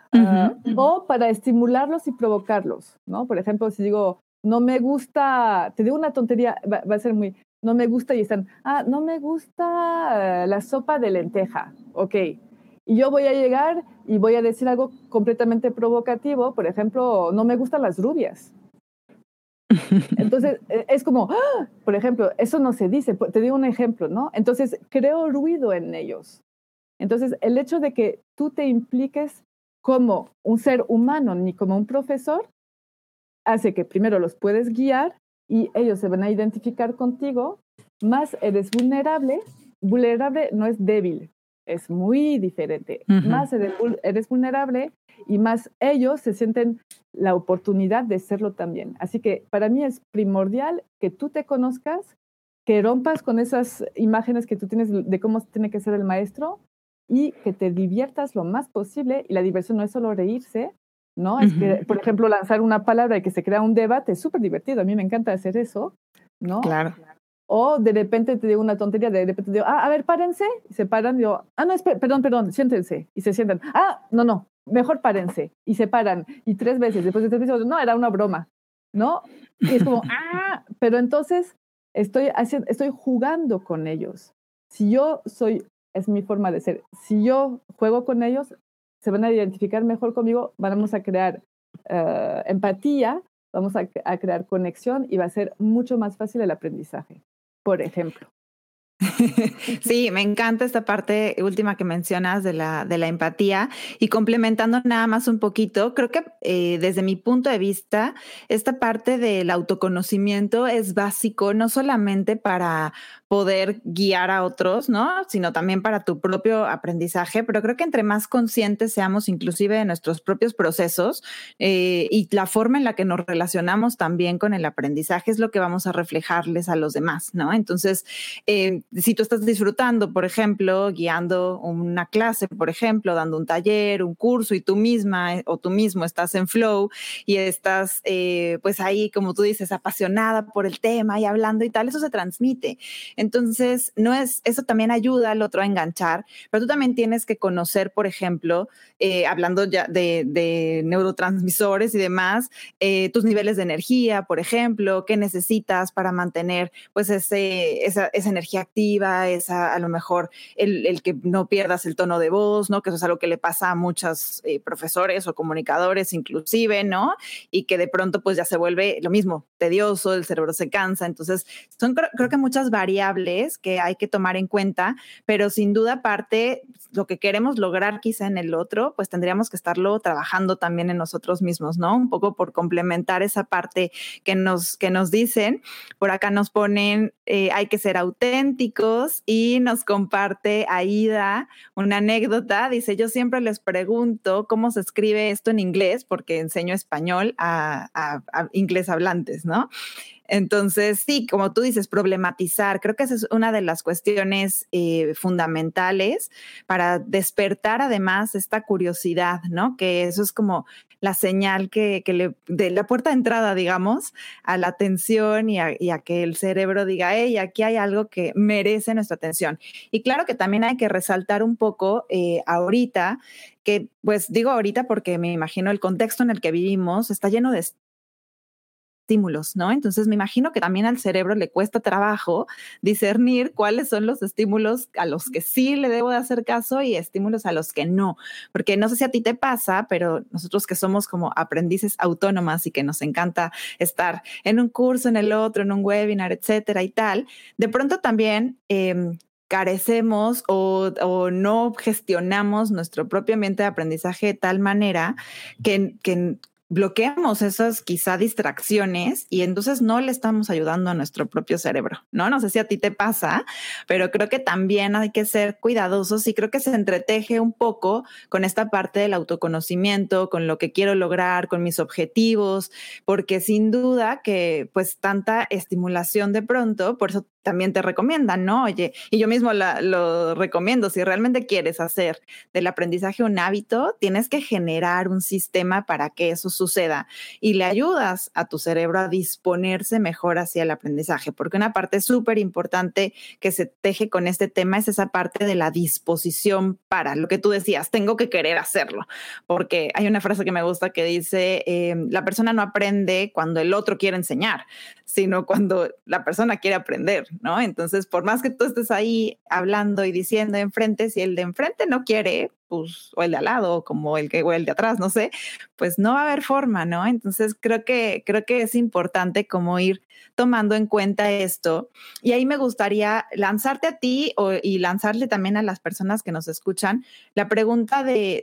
o para estimularlos y provocarlos, ¿no? Por ejemplo, si digo, no me gusta, te digo una tontería, va a ser muy, no me gusta y están, no me gusta la sopa de lenteja, ok. Y yo voy a llegar y voy a decir algo completamente provocativo, por ejemplo, no me gustan las rubias. Entonces, es como, por ejemplo, eso no se dice, te digo un ejemplo, ¿no? Entonces, creo ruido en ellos. Entonces, el hecho de que tú te impliques como un ser humano ni como un profesor, hace que primero los puedes guiar y ellos se van a identificar contigo, más eres vulnerable. Vulnerable no es débil, es muy diferente. Más eres vulnerable y más ellos se sienten la oportunidad de serlo también. Así que para mí es primordial que tú te conozcas, que rompas con esas imágenes que tú tienes de cómo tiene que ser el maestro y que te diviertas lo más posible. Y la diversión no es solo reírse, ¿no? Es que, por ejemplo, lanzar una palabra y que se crea un debate es súper divertido. A mí me encanta hacer eso, ¿no? Claro. O de repente te digo una tontería, de repente digo, a ver, párense, y se paran, digo, no, perdón, siéntense, y se sientan, no, mejor párense, y se paran, y 3 veces, después de 3 veces, no, era una broma, ¿no? Y es como, pero entonces estoy jugando con ellos. Si yo es mi forma de ser, si yo juego con ellos, se van a identificar mejor conmigo, vamos a crear empatía, vamos a crear conexión y va a ser mucho más fácil el aprendizaje, por ejemplo. Sí, me encanta esta parte última que mencionas de la empatía y complementando nada más un poquito, creo que desde mi punto de vista, esta parte del autoconocimiento es básico no solamente para poder guiar a otros, ¿no? Sino también para tu propio aprendizaje, pero creo que entre más conscientes seamos inclusive de nuestros propios procesos y la forma en la que nos relacionamos también con el aprendizaje es lo que vamos a reflejarles a los demás, ¿no? Entonces, si tú estás disfrutando, por ejemplo, guiando una clase, por ejemplo, dando un taller, un curso y tú misma o tú mismo estás en flow y estás pues ahí, como tú dices, apasionada por el tema y hablando y tal, eso se transmite. Entonces, eso también ayuda al otro a enganchar, pero tú también tienes que conocer, por ejemplo, hablando ya de neurotransmisores y demás, tus niveles de energía, por ejemplo, qué necesitas para mantener pues esa energía activa, a lo mejor el que no pierdas el tono de voz, ¿no? Que eso es algo que le pasa a muchos profesores o comunicadores inclusive, ¿no? Y que de pronto pues ya se vuelve lo mismo, tedioso, el cerebro se cansa. Entonces son creo que muchas variables que hay que tomar en cuenta, pero sin duda aparte lo que queremos lograr quizá en el otro, pues tendríamos que estarlo trabajando también en nosotros mismos, ¿no? Un poco por complementar esa parte que nos dicen. Por acá nos ponen, hay que ser auténticos y nos comparte Aida una anécdota. Dice, yo siempre les pregunto cómo se escribe esto en inglés porque enseño español a inglés hablantes, ¿no? Entonces, sí, como tú dices, problematizar. Creo que esa es una de las cuestiones fundamentales para despertar además esta curiosidad, ¿no? Que eso es como la señal de la puerta de entrada, digamos, a la atención y a que el cerebro diga, hey, aquí hay algo que merece nuestra atención. Y claro que también hay que resaltar un poco ahorita, que pues digo ahorita porque me imagino el contexto en el que vivimos está lleno de estímulos, ¿no? Entonces me imagino que también al cerebro le cuesta trabajo discernir cuáles son los estímulos a los que sí le debo de hacer caso y estímulos a los que no, porque no sé si a ti te pasa, pero nosotros que somos como aprendices autónomas y que nos encanta estar en un curso, en el otro, en un webinar, etcétera y tal, de pronto también carecemos o no gestionamos nuestro propio ambiente de aprendizaje de tal manera que bloqueamos esas quizá distracciones y entonces no le estamos ayudando a nuestro propio cerebro, ¿no? No sé si a ti te pasa, pero creo que también hay que ser cuidadosos y creo que se entreteje un poco con esta parte del autoconocimiento, con lo que quiero lograr, con mis objetivos, porque sin duda que pues tanta estimulación de pronto, por eso también te recomiendan, ¿no? Oye, y yo mismo lo recomiendo, si realmente quieres hacer del aprendizaje un hábito, tienes que generar un sistema para que eso suceda y le ayudas a tu cerebro a disponerse mejor hacia el aprendizaje, porque una parte súper importante que se teje con este tema es esa parte de la disposición para lo que tú decías, tengo que querer hacerlo, porque hay una frase que me gusta que dice, la persona no aprende cuando el otro quiere enseñar, sino cuando la persona quiere aprender, ¿no? Entonces, por más que tú estés ahí hablando y diciendo enfrente, si el de enfrente no quiere, pues, o el de al lado, o el de atrás, no sé, pues no va a haber forma, ¿no? Entonces, creo que es importante como ir tomando en cuenta esto. Y ahí me gustaría lanzarte a ti y lanzarle también a las personas que nos escuchan la pregunta de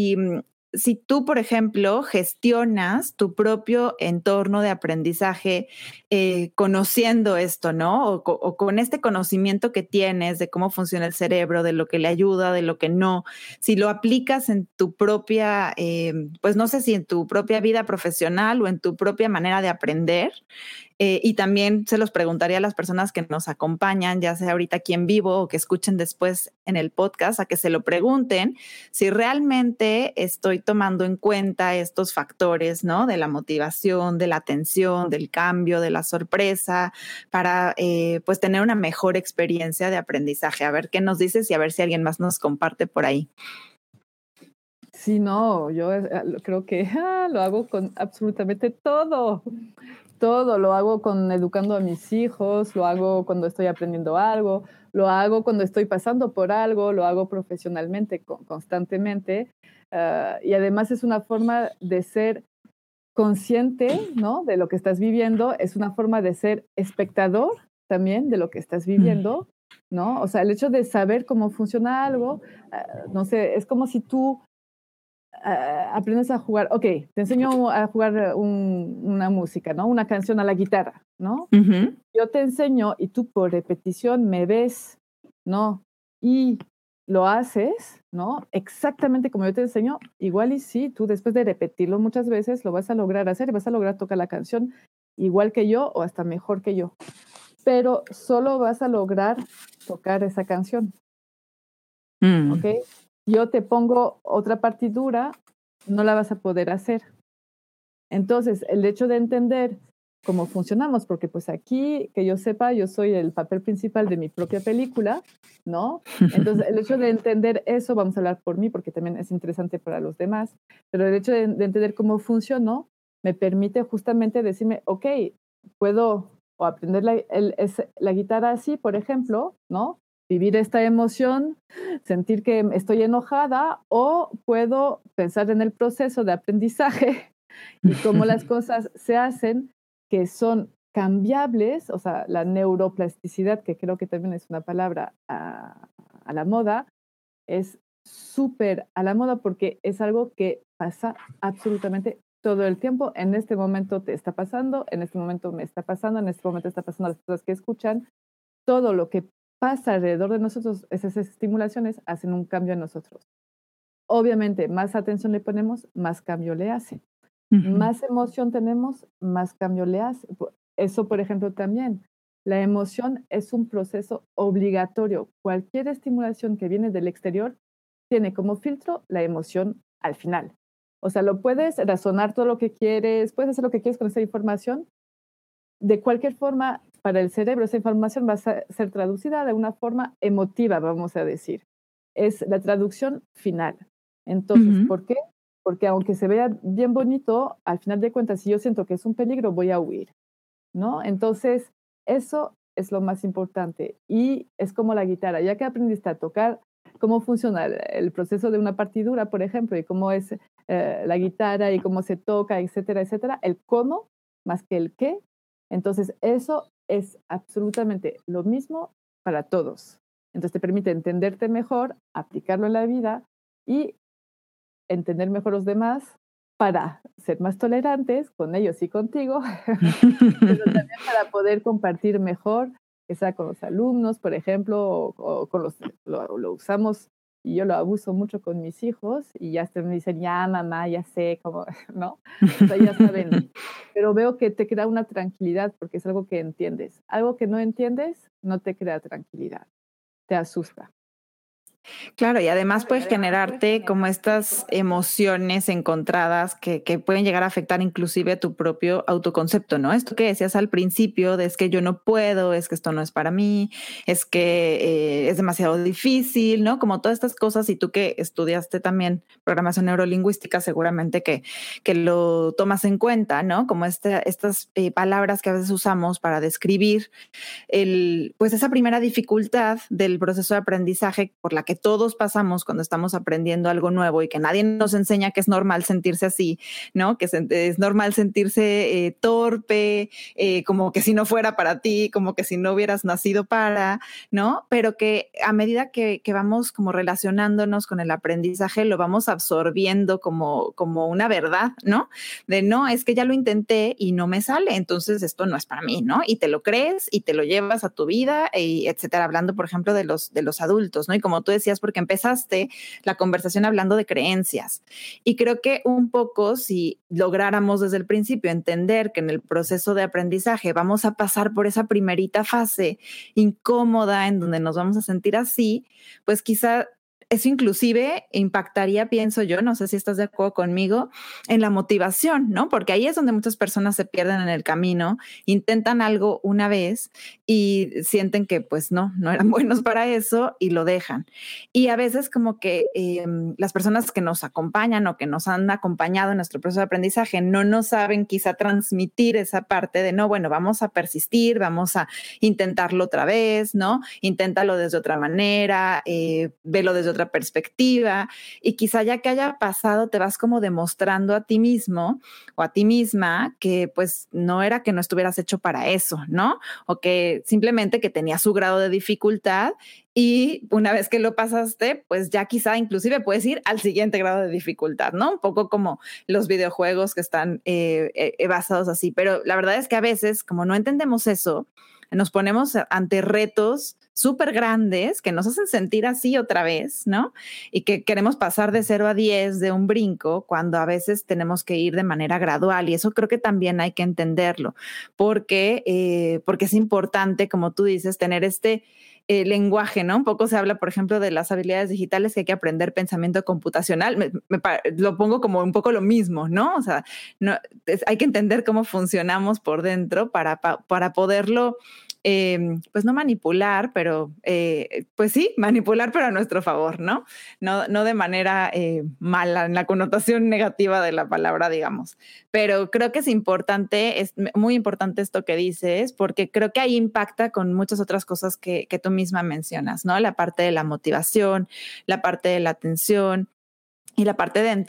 si tú, por ejemplo, gestionas tu propio entorno de aprendizaje conociendo esto, ¿no? O con este conocimiento que tienes de cómo funciona el cerebro, de lo que le ayuda, de lo que no, si lo aplicas en tu propia, pues no sé si en tu propia vida profesional o en tu propia manera de aprender, Y también se los preguntaría a las personas que nos acompañan, ya sea ahorita aquí en vivo o que escuchen después en el podcast, a que se lo pregunten si realmente estoy tomando en cuenta estos factores, ¿no? De la motivación, de la atención, del cambio, de la sorpresa, para pues tener una mejor experiencia de aprendizaje. A ver qué nos dices y a ver si alguien más nos comparte por ahí. Sí, no, yo creo que lo hago con absolutamente todo. Todo, lo hago con educando a mis hijos, lo hago cuando estoy aprendiendo algo, lo hago cuando estoy pasando por algo, lo hago profesionalmente, constantemente. Y además es una forma de ser consciente, ¿no? De lo que estás viviendo, es una forma de ser espectador también de lo que estás viviendo, ¿no? O sea, el hecho de saber cómo funciona algo, no sé, es como si tú aprendes a jugar, ok, te enseño a jugar una música, ¿no? Una canción a la guitarra, ¿no? Uh-huh. Yo te enseño y tú por repetición me ves, ¿no? Y lo haces, ¿no? Exactamente como yo te enseño, igual y sí, tú después de repetirlo muchas veces lo vas a lograr hacer y vas a lograr tocar la canción igual que yo o hasta mejor que yo. Pero solo vas a lograr tocar esa canción, ¿ok? Yo te pongo otra partitura, no la vas a poder hacer. Entonces, el hecho de entender cómo funcionamos, porque pues aquí, que yo sepa, yo soy el papel principal de mi propia película, ¿no? Entonces, el hecho de entender eso, vamos a hablar por mí, porque también es interesante para los demás, pero el hecho de entender cómo funcionó, me permite justamente decirme, ok, puedo o aprender la guitarra así, por ejemplo, ¿no? Vivir esta emoción, sentir que estoy enojada, o puedo pensar en el proceso de aprendizaje y cómo las cosas se hacen, que son cambiables, o sea, la neuroplasticidad, que creo que también es una palabra a la moda, es súper a la moda porque es algo que pasa absolutamente todo el tiempo. En este momento te está pasando, en este momento me está pasando, en este momento está pasando a las personas que escuchan. Todo lo que pasa alrededor de nosotros, esas estimulaciones hacen un cambio en nosotros. Obviamente, más atención le ponemos, más cambio le hace. Más emoción tenemos, más cambio le hace. Eso, por ejemplo, también. La emoción es un proceso obligatorio. Cualquier estimulación que viene del exterior tiene como filtro la emoción al final. O sea, lo puedes razonar todo lo que quieres, puedes hacer lo que quieres con esa información. De cualquier forma, para el cerebro, esa información va a ser traducida de una forma emotiva, vamos a decir. Es la traducción final. Entonces, ¿por qué? Porque aunque se vea bien bonito, al final de cuentas, si yo siento que es un peligro, voy a huir, ¿no? Entonces, eso es lo más importante. Y es como la guitarra. Ya que aprendiste a tocar, cómo funciona el proceso de una partidura, por ejemplo, y cómo es la guitarra y cómo se toca, etcétera, etcétera, el cómo más que el qué. Entonces, eso es absolutamente lo mismo para todos. Entonces, te permite entenderte mejor, aplicarlo en la vida y entender mejor a los demás para ser más tolerantes con ellos y contigo, pero también para poder compartir mejor, que sea con los alumnos, por ejemplo, o con lo usamos, y yo lo abuso mucho con mis hijos, y ya me dicen, ya mamá, ya sé cómo, ¿no? O sea, ya saben, pero veo que te crea una tranquilidad porque es algo que entiendes. Algo que no entiendes no te crea tranquilidad, te asusta. Claro, y además puede generarte como estas emociones encontradas que pueden llegar a afectar inclusive tu propio autoconcepto, ¿no? Esto que decías al principio de es que yo no puedo, es que esto no es para mí, es que es demasiado difícil, ¿no? Como todas estas cosas, y tú que estudiaste también programación neurolingüística, seguramente que lo tomas en cuenta, ¿no? Como estas palabras que a veces usamos para describir pues esa primera dificultad del proceso de aprendizaje por la que todos pasamos cuando estamos aprendiendo algo nuevo y que nadie nos enseña que es normal sentirse así, ¿no? Que es normal sentirse torpe, como que si no fuera para ti, como que si no hubieras nacido para, ¿no? Pero que a medida que vamos como relacionándonos con el aprendizaje, lo vamos absorbiendo como una verdad, ¿no? De no, es que ya lo intenté y no me sale, entonces esto no es para mí, ¿no? Y te lo crees y te lo llevas a tu vida, y etcétera, hablando, por ejemplo, de los adultos, ¿no? Y como tú decías, decías, porque empezaste la conversación hablando de creencias. Y creo que un poco si lográramos desde el principio entender que en el proceso de aprendizaje vamos a pasar por esa primerita fase incómoda en donde nos vamos a sentir así, pues quizá eso inclusive impactaría, pienso yo, no sé si estás de acuerdo conmigo, en la motivación, ¿no? Porque ahí es donde muchas personas se pierden en el camino, intentan algo una vez y sienten que pues no eran buenos para eso y lo dejan. Y a veces como que las personas que nos acompañan o que nos han acompañado en nuestro proceso de aprendizaje no nos saben quizá transmitir esa parte de no, bueno, vamos a persistir, vamos a intentarlo otra vez, ¿no? Inténtalo desde otra manera, velo desde otra perspectiva y quizá ya que haya pasado te vas como demostrando a ti mismo o a ti misma que pues no era que no estuvieras hecho para eso, ¿no? O que simplemente que tenía su grado de dificultad y una vez que lo pasaste, pues ya quizá inclusive puedes ir al siguiente grado de dificultad, ¿no? Un poco como los videojuegos que están basados así, pero la verdad es que a veces como no entendemos eso, nos ponemos ante retos súper grandes que nos hacen sentir así otra vez, ¿no? Y que queremos pasar de 0 a 10 de un brinco cuando a veces tenemos que ir de manera gradual y eso creo que también hay que entenderlo porque es importante, como tú dices, tener este lenguaje, ¿no? Un poco se habla, por ejemplo, de las habilidades digitales que hay que aprender pensamiento computacional. Lo pongo como un poco lo mismo, ¿no? O sea, hay que entender cómo funcionamos por dentro para poderlo pues no manipular, pero pues sí, manipular pero a nuestro favor, ¿no? No de manera mala, en la connotación negativa de la palabra, digamos. Pero creo que es muy importante esto que dices, porque creo que ahí impacta con muchas otras cosas que tú misma mencionas, ¿no? La parte de la motivación, la parte de la atención y la parte de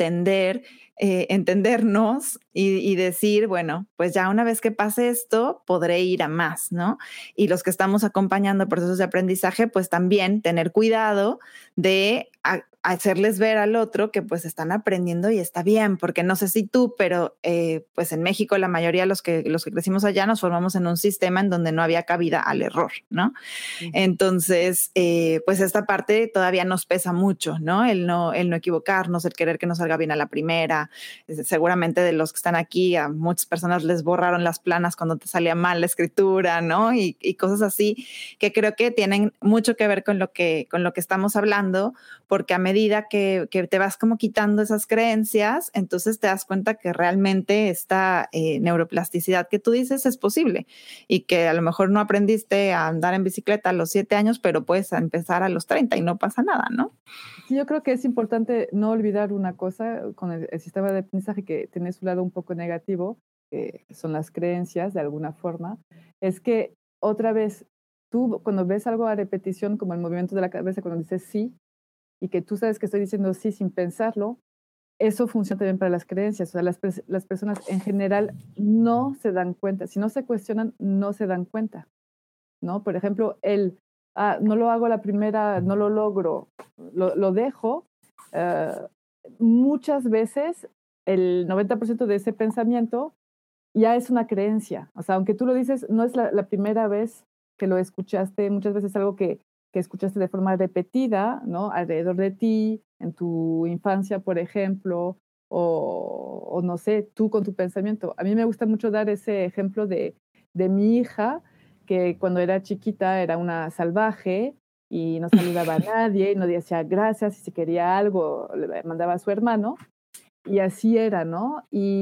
entendernos y decir, bueno, pues ya una vez que pase esto, podré ir a más, ¿no? Y los que estamos acompañando procesos de aprendizaje, pues también tener cuidado de hacerles ver al otro que pues están aprendiendo y está bien, porque no sé si tú, pero pues en México la mayoría de los que crecimos allá nos formamos en un sistema en donde no había cabida al error, ¿no? Entonces, pues esta parte todavía nos pesa mucho, ¿no? El no equivocarnos, el querer que nos salga bien a la primera. Seguramente de los que están aquí, a muchas personas les borraron las planas cuando te salía mal la escritura, ¿no? Y cosas así que creo que tienen mucho que ver con lo que estamos hablando, porque a medida que te vas como quitando esas creencias, entonces te das cuenta que realmente esta neuroplasticidad que tú dices es posible y que a lo mejor no aprendiste a andar en bicicleta a los 7 años, pero puedes empezar a los 30 y no pasa nada, ¿no? Sí, yo creo que es importante no olvidar una cosa con el sistema de aprendizaje que tiene su lado un poco negativo, que son las creencias de alguna forma, es que otra vez tú cuando ves algo a repetición como el movimiento de la cabeza cuando dices sí y que tú sabes que estoy diciendo sí sin pensarlo, eso funciona también para las creencias. O sea, las personas en general no se dan cuenta, si no se cuestionan, no se dan cuenta, ¿no? Por ejemplo, no lo hago a la primera, no lo logro, lo dejo. eh, Muchas veces el 90% de ese pensamiento ya es una creencia. O sea, aunque tú lo dices, no es la primera vez que lo escuchaste, muchas veces es algo que escuchaste de forma repetida, ¿no? Alrededor de ti, en tu infancia, por ejemplo, o no sé, tú con tu pensamiento. A mí me gusta mucho dar ese ejemplo de mi hija, que cuando era chiquita era una salvaje y no saludaba a nadie y no decía gracias y si quería algo le mandaba a su hermano. Y así era, ¿no?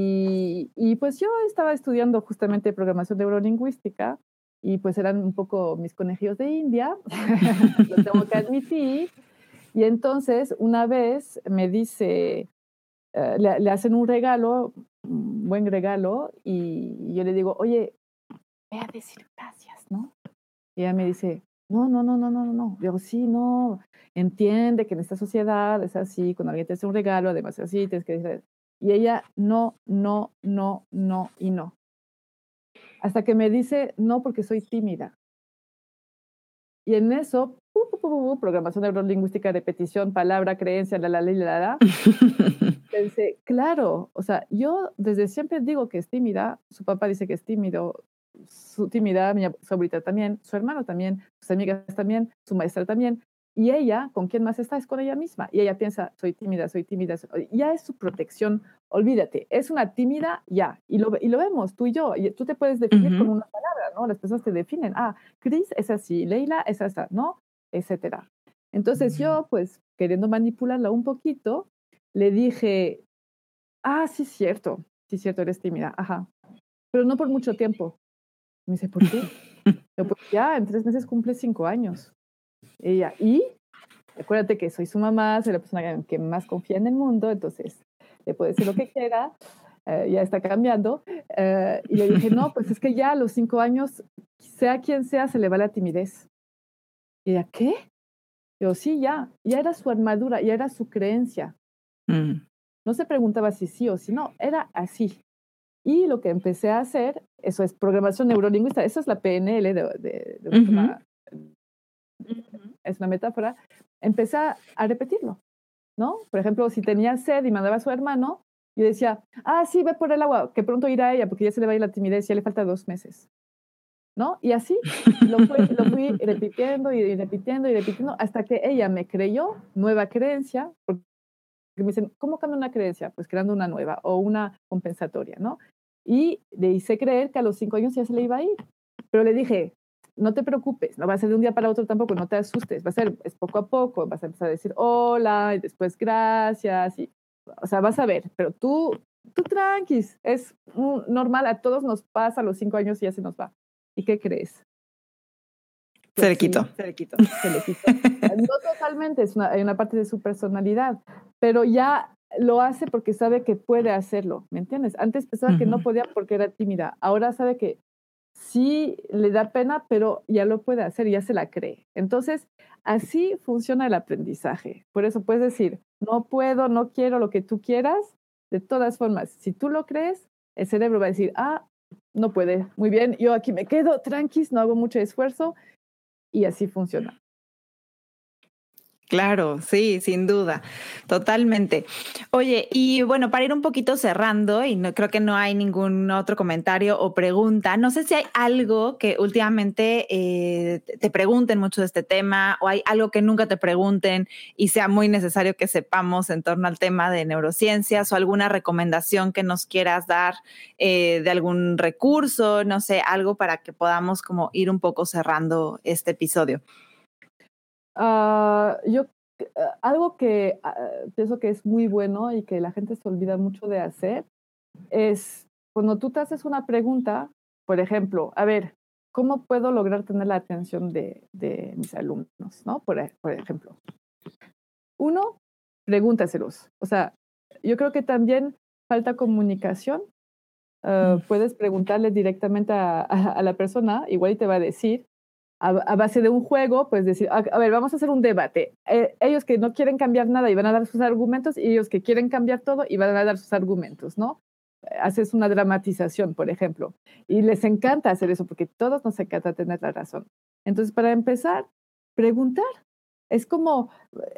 Y pues yo estaba estudiando justamente programación neurolingüística y pues eran un poco mis conejillos de India, lo tengo que admitir. Y entonces una vez me dice, le hacen un regalo, un buen regalo, y yo le digo, oye, ve a decir gracias, ¿no? Y ella me dice, no, no, no, no, no, no, no. Digo, sí, no, entiende que en esta sociedad es así, cuando alguien te hace un regalo, además es así, tienes que decir. Y ella, no, no, no, no y no. Hasta que me dice, no, porque soy tímida. Y en eso, programación neurolingüística, repetición, palabra, creencia, la. Pensé, claro, o sea, yo desde siempre digo que es tímida, su papá dice que es tímido, su tímida, mi sobrita también, su hermano también, sus amigas también, su maestra también. Y ella, ¿con quién más está? Es con ella misma. Y ella piensa, soy tímida. Ya es su protección. Olvídate, es una tímida ya. Y lo vemos, tú y yo. Y tú te puedes definir con una palabra, ¿no? Las personas te definen. Cris es así, Leila es esa, ¿no? Etcétera. Entonces yo, pues, queriendo manipularla un poquito, le dije, sí, cierto, eres tímida, ajá. Pero no por mucho tiempo. Me dice, ¿por qué? Yo, pues ya, en 3 meses cumple 5 años. Ella, ¿y? Acuérdate que soy su mamá, soy la persona que más confía en el mundo, entonces le puedo decir lo que quiera, ya está cambiando. Y le dije, no, pues es que ya a los 5 años, sea quien sea, se le va la timidez. Y ella, ¿qué? Yo, sí, ya era su armadura, ya era su creencia. No se preguntaba si sí o si no, era así. Y lo que empecé a hacer, eso es programación neurolingüística, eso es la PNL de una forma, es una metáfora. Empecé a repetirlo, ¿no? Por ejemplo, si tenía sed y mandaba a su hermano, yo decía, sí, ve por el agua, que pronto irá ella, porque ya se le va a ir la timidez, ya le falta 2 meses, ¿no? Y así lo fui repitiendo y repitiendo y repitiendo hasta que ella me creyó nueva creencia, porque me dicen, ¿cómo cambia una creencia? Pues creando una nueva o una compensatoria, ¿no? Y le hice creer que a los 5 años ya se le iba a ir. Pero le dije, no te preocupes, no va a ser de un día para otro tampoco, no te asustes, es poco a poco, vas a empezar a decir hola y después gracias, o sea, vas a ver, pero tú tranquis, es normal, a todos nos pasa a los 5 años y ya se nos va. ¿Y qué crees? Se le quitó. Se le quitó. No totalmente, hay una parte de su personalidad, pero ya lo hace porque sabe que puede hacerlo, ¿me entiendes? Antes pensaba que no podía porque era tímida, ahora sabe que sí le da pena, pero ya lo puede hacer, ya se la cree. Entonces, así funciona el aprendizaje. Por eso puedes decir, no puedo, no quiero, lo que tú quieras. De todas formas, si tú lo crees, el cerebro va a decir, no puede, muy bien, yo aquí me quedo, tranquis, no hago mucho esfuerzo, y así funciona. Claro, sí, sin duda, totalmente. Oye, y bueno, para ir un poquito cerrando, y creo que no hay ningún otro comentario o pregunta, no sé si hay algo que últimamente te pregunten mucho de este tema, o hay algo que nunca te pregunten y sea muy necesario que sepamos en torno al tema de neurociencias, o alguna recomendación que nos quieras dar de algún recurso, no sé, algo para que podamos como ir un poco cerrando este episodio. Algo que pienso que es muy bueno y que la gente se olvida mucho de hacer es cuando tú te haces una pregunta, por ejemplo, a ver, ¿cómo puedo lograr tener la atención de mis alumnos? ¿No? Por ejemplo. Uno, pregúntaselos. O sea, yo creo que también falta comunicación. Puedes preguntarle directamente a la persona, igual y te va a decir, a base de un juego, pues decir, a ver, vamos a hacer un debate. Ellos que no quieren cambiar nada y van a dar sus argumentos, y ellos que quieren cambiar todo y van a dar sus argumentos, ¿no? Haces una dramatización, por ejemplo. Y les encanta hacer eso, porque a todos nos encanta tener la razón. Entonces, para empezar, preguntar. Es como,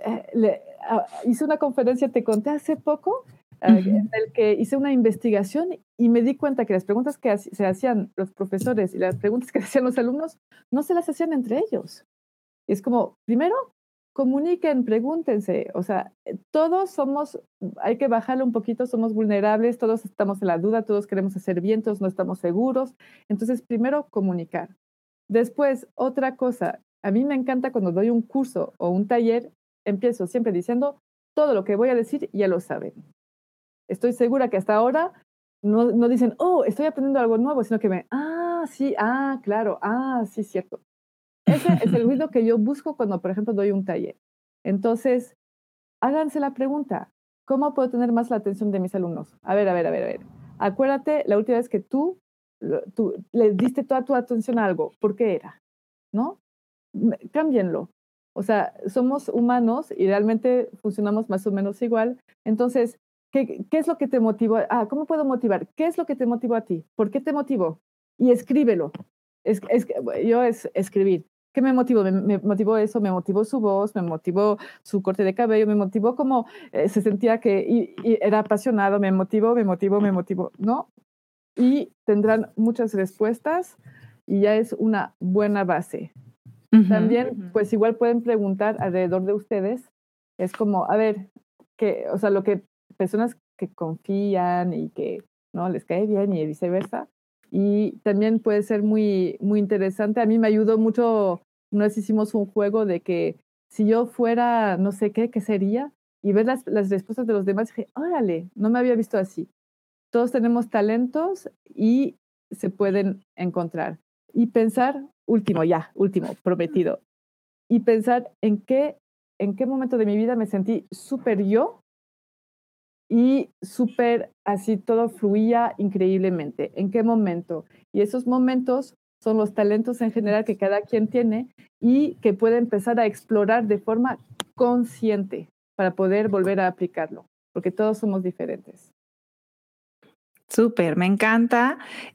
hice una conferencia, te conté hace poco, en el que hice una investigación y me di cuenta que las preguntas que se hacían los profesores y las preguntas que hacían los alumnos no se las hacían entre ellos. Es como, primero, comuniquen, pregúntense, o sea, todos hay que bajarle un poquito, somos vulnerables, todos estamos en la duda, todos queremos hacer bien, todos no estamos seguros. Entonces, primero, comunicar. Después, otra cosa, a mí me encanta cuando doy un curso o un taller, empiezo siempre diciendo, todo lo que voy a decir ya lo saben. Estoy segura que hasta ahora no dicen, estoy aprendiendo algo nuevo, sino que sí, claro, sí, cierto. Ese es el ruido que yo busco cuando, por ejemplo, doy un taller. Entonces, háganse la pregunta, ¿cómo puedo tener más la atención de mis alumnos? A ver. Acuérdate la última vez que tú le diste toda tu atención a algo, ¿por qué era? ¿No? Cámbienlo. O sea, somos humanos y realmente funcionamos más o menos igual. Entonces, ¿qué es lo que te motivó? ¿Cómo puedo motivar? ¿Qué es lo que te motivó a ti? ¿Por qué te motivó? Y escríbelo. Yo es escribir. ¿Qué me motivó? Me motivó eso, me motivó su voz, me motivó su corte de cabello, me motivó cómo se sentía que y era apasionado, me motivó, ¿no? Y tendrán muchas respuestas y ya es una buena base. También, pues igual pueden preguntar alrededor de ustedes. Es como, a ver, o sea, lo que personas que confían y que no les cae bien y viceversa. Y también puede ser muy, muy interesante. A mí me ayudó mucho, una vez hicimos un juego de que si yo fuera, no sé qué sería, y ver las respuestas de los demás, dije, órale, no me había visto así. Todos tenemos talentos y se pueden encontrar. Y pensar, último, prometido, y pensar en qué momento de mi vida me sentí súper yo y súper así todo fluía increíblemente. ¿En qué momento? Y esos momentos son los talentos en general que cada quien tiene y que puede empezar a explorar de forma consciente para poder volver a aplicarlo, porque todos somos diferentes. Súper, me encanta.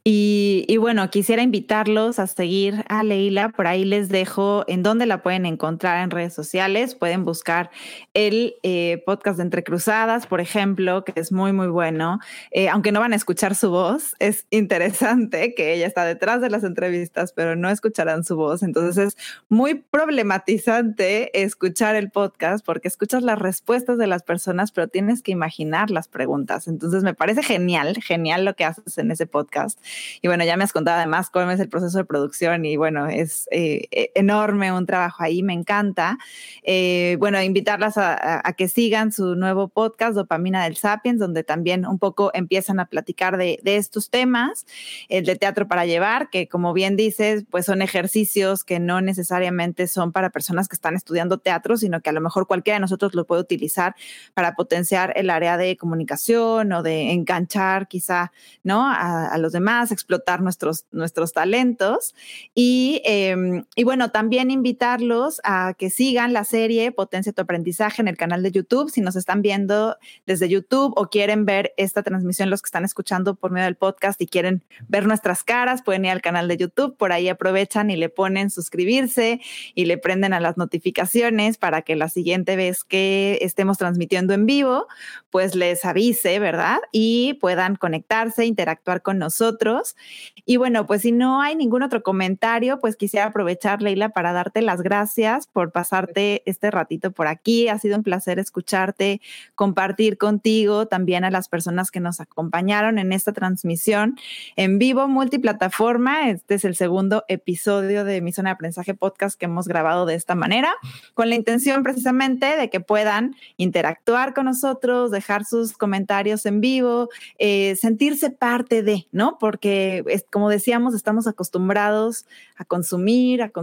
Y bueno, quisiera invitarlos a seguir a Leila. Por ahí les dejo en dónde la pueden encontrar en redes sociales. Pueden buscar el podcast de Entre Cruzadas, por ejemplo, que es muy, muy bueno. Aunque no van a escuchar su voz, es interesante que ella está detrás de las entrevistas, pero no escucharán su voz. Entonces es muy problematizante escuchar el podcast porque escuchas las respuestas de las personas, pero tienes que imaginar las preguntas. Entonces me parece genial lo que haces en ese podcast. Y bueno, ya me has contado además cómo es el proceso de producción y bueno, es enorme un trabajo ahí, me encanta. Bueno, invitarlas a que sigan su nuevo podcast, Dopamina del Sapiens, donde también un poco empiezan a platicar de estos temas, el de teatro para llevar, que como bien dices, pues son ejercicios que no necesariamente son para personas que están estudiando teatro, sino que a lo mejor cualquiera de nosotros lo puede utilizar para potenciar el área de comunicación o de enganchar quizá, ¿no? A los demás, explotar nuestros talentos. Y bueno, también invitarlos a que sigan la serie Potencia tu Aprendizaje en el canal de YouTube. Si nos están viendo desde YouTube o quieren ver esta transmisión, los que están escuchando por medio del podcast y quieren ver nuestras caras, pueden ir al canal de YouTube. Por ahí aprovechan y le ponen suscribirse y le prenden a las notificaciones para que la siguiente vez que estemos transmitiendo en vivo, pues les avise, ¿verdad? Y puedan conectarse, interactuar con nosotros. Y bueno, pues si no hay ningún otro comentario, pues quisiera aprovechar, Leila, para darte las gracias por pasarte este ratito por aquí. Ha sido un placer escucharte, compartir contigo, también a las personas que nos acompañaron en esta transmisión en vivo, multiplataforma. Este es el segundo episodio de Mi Zona de Aprendizaje Podcast que hemos grabado de esta manera, con la intención precisamente de que puedan interactuar con nosotros, dejar sus comentarios en vivo, sentirse parte de, ¿no? Porque, como decíamos, estamos acostumbrados a consumir, a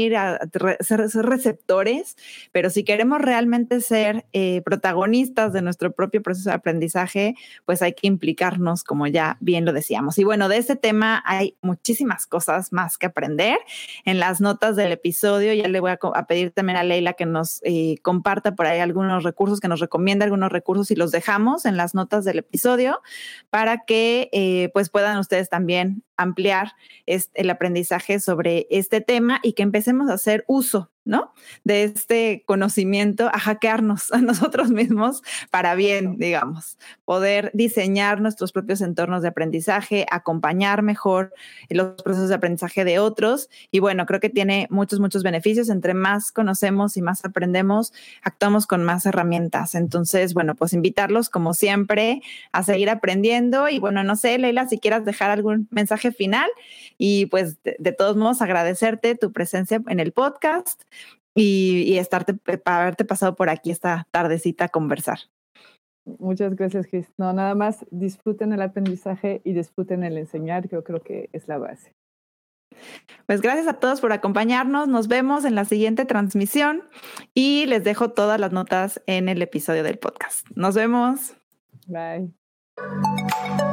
ser receptores, pero si queremos realmente ser protagonistas de nuestro propio proceso de aprendizaje, pues hay que implicarnos, como ya bien lo decíamos. Y bueno, de este tema hay muchísimas cosas más que aprender. En las notas del episodio ya le voy a pedir también a Leila que nos comparta por ahí algunos recursos, que nos recomiende algunos recursos y los dejamos en las notas del episodio para que pues puedan ustedes también ampliar el aprendizaje sobre este tema y que empecemos a hacer uso, ¿no? De este conocimiento, a hackearnos a nosotros mismos para bien, digamos, poder diseñar nuestros propios entornos de aprendizaje, acompañar mejor los procesos de aprendizaje de otros. Y bueno, creo que tiene muchos beneficios. Entre más conocemos y más aprendemos, actuamos con más herramientas. Entonces, bueno, pues invitarlos como siempre a seguir aprendiendo. Y bueno, no sé, Leila, si quieras dejar algún mensaje final y pues de todos modos agradecerte tu presencia en el podcast y haberte pasado por aquí esta tardecita a conversar. Muchas gracias, Cris. No, nada más disfruten el aprendizaje y disfruten el enseñar, que yo creo que es la base. Pues gracias a todos por acompañarnos. Nos vemos en la siguiente transmisión y les dejo todas las notas en el episodio del podcast. Nos vemos. Bye.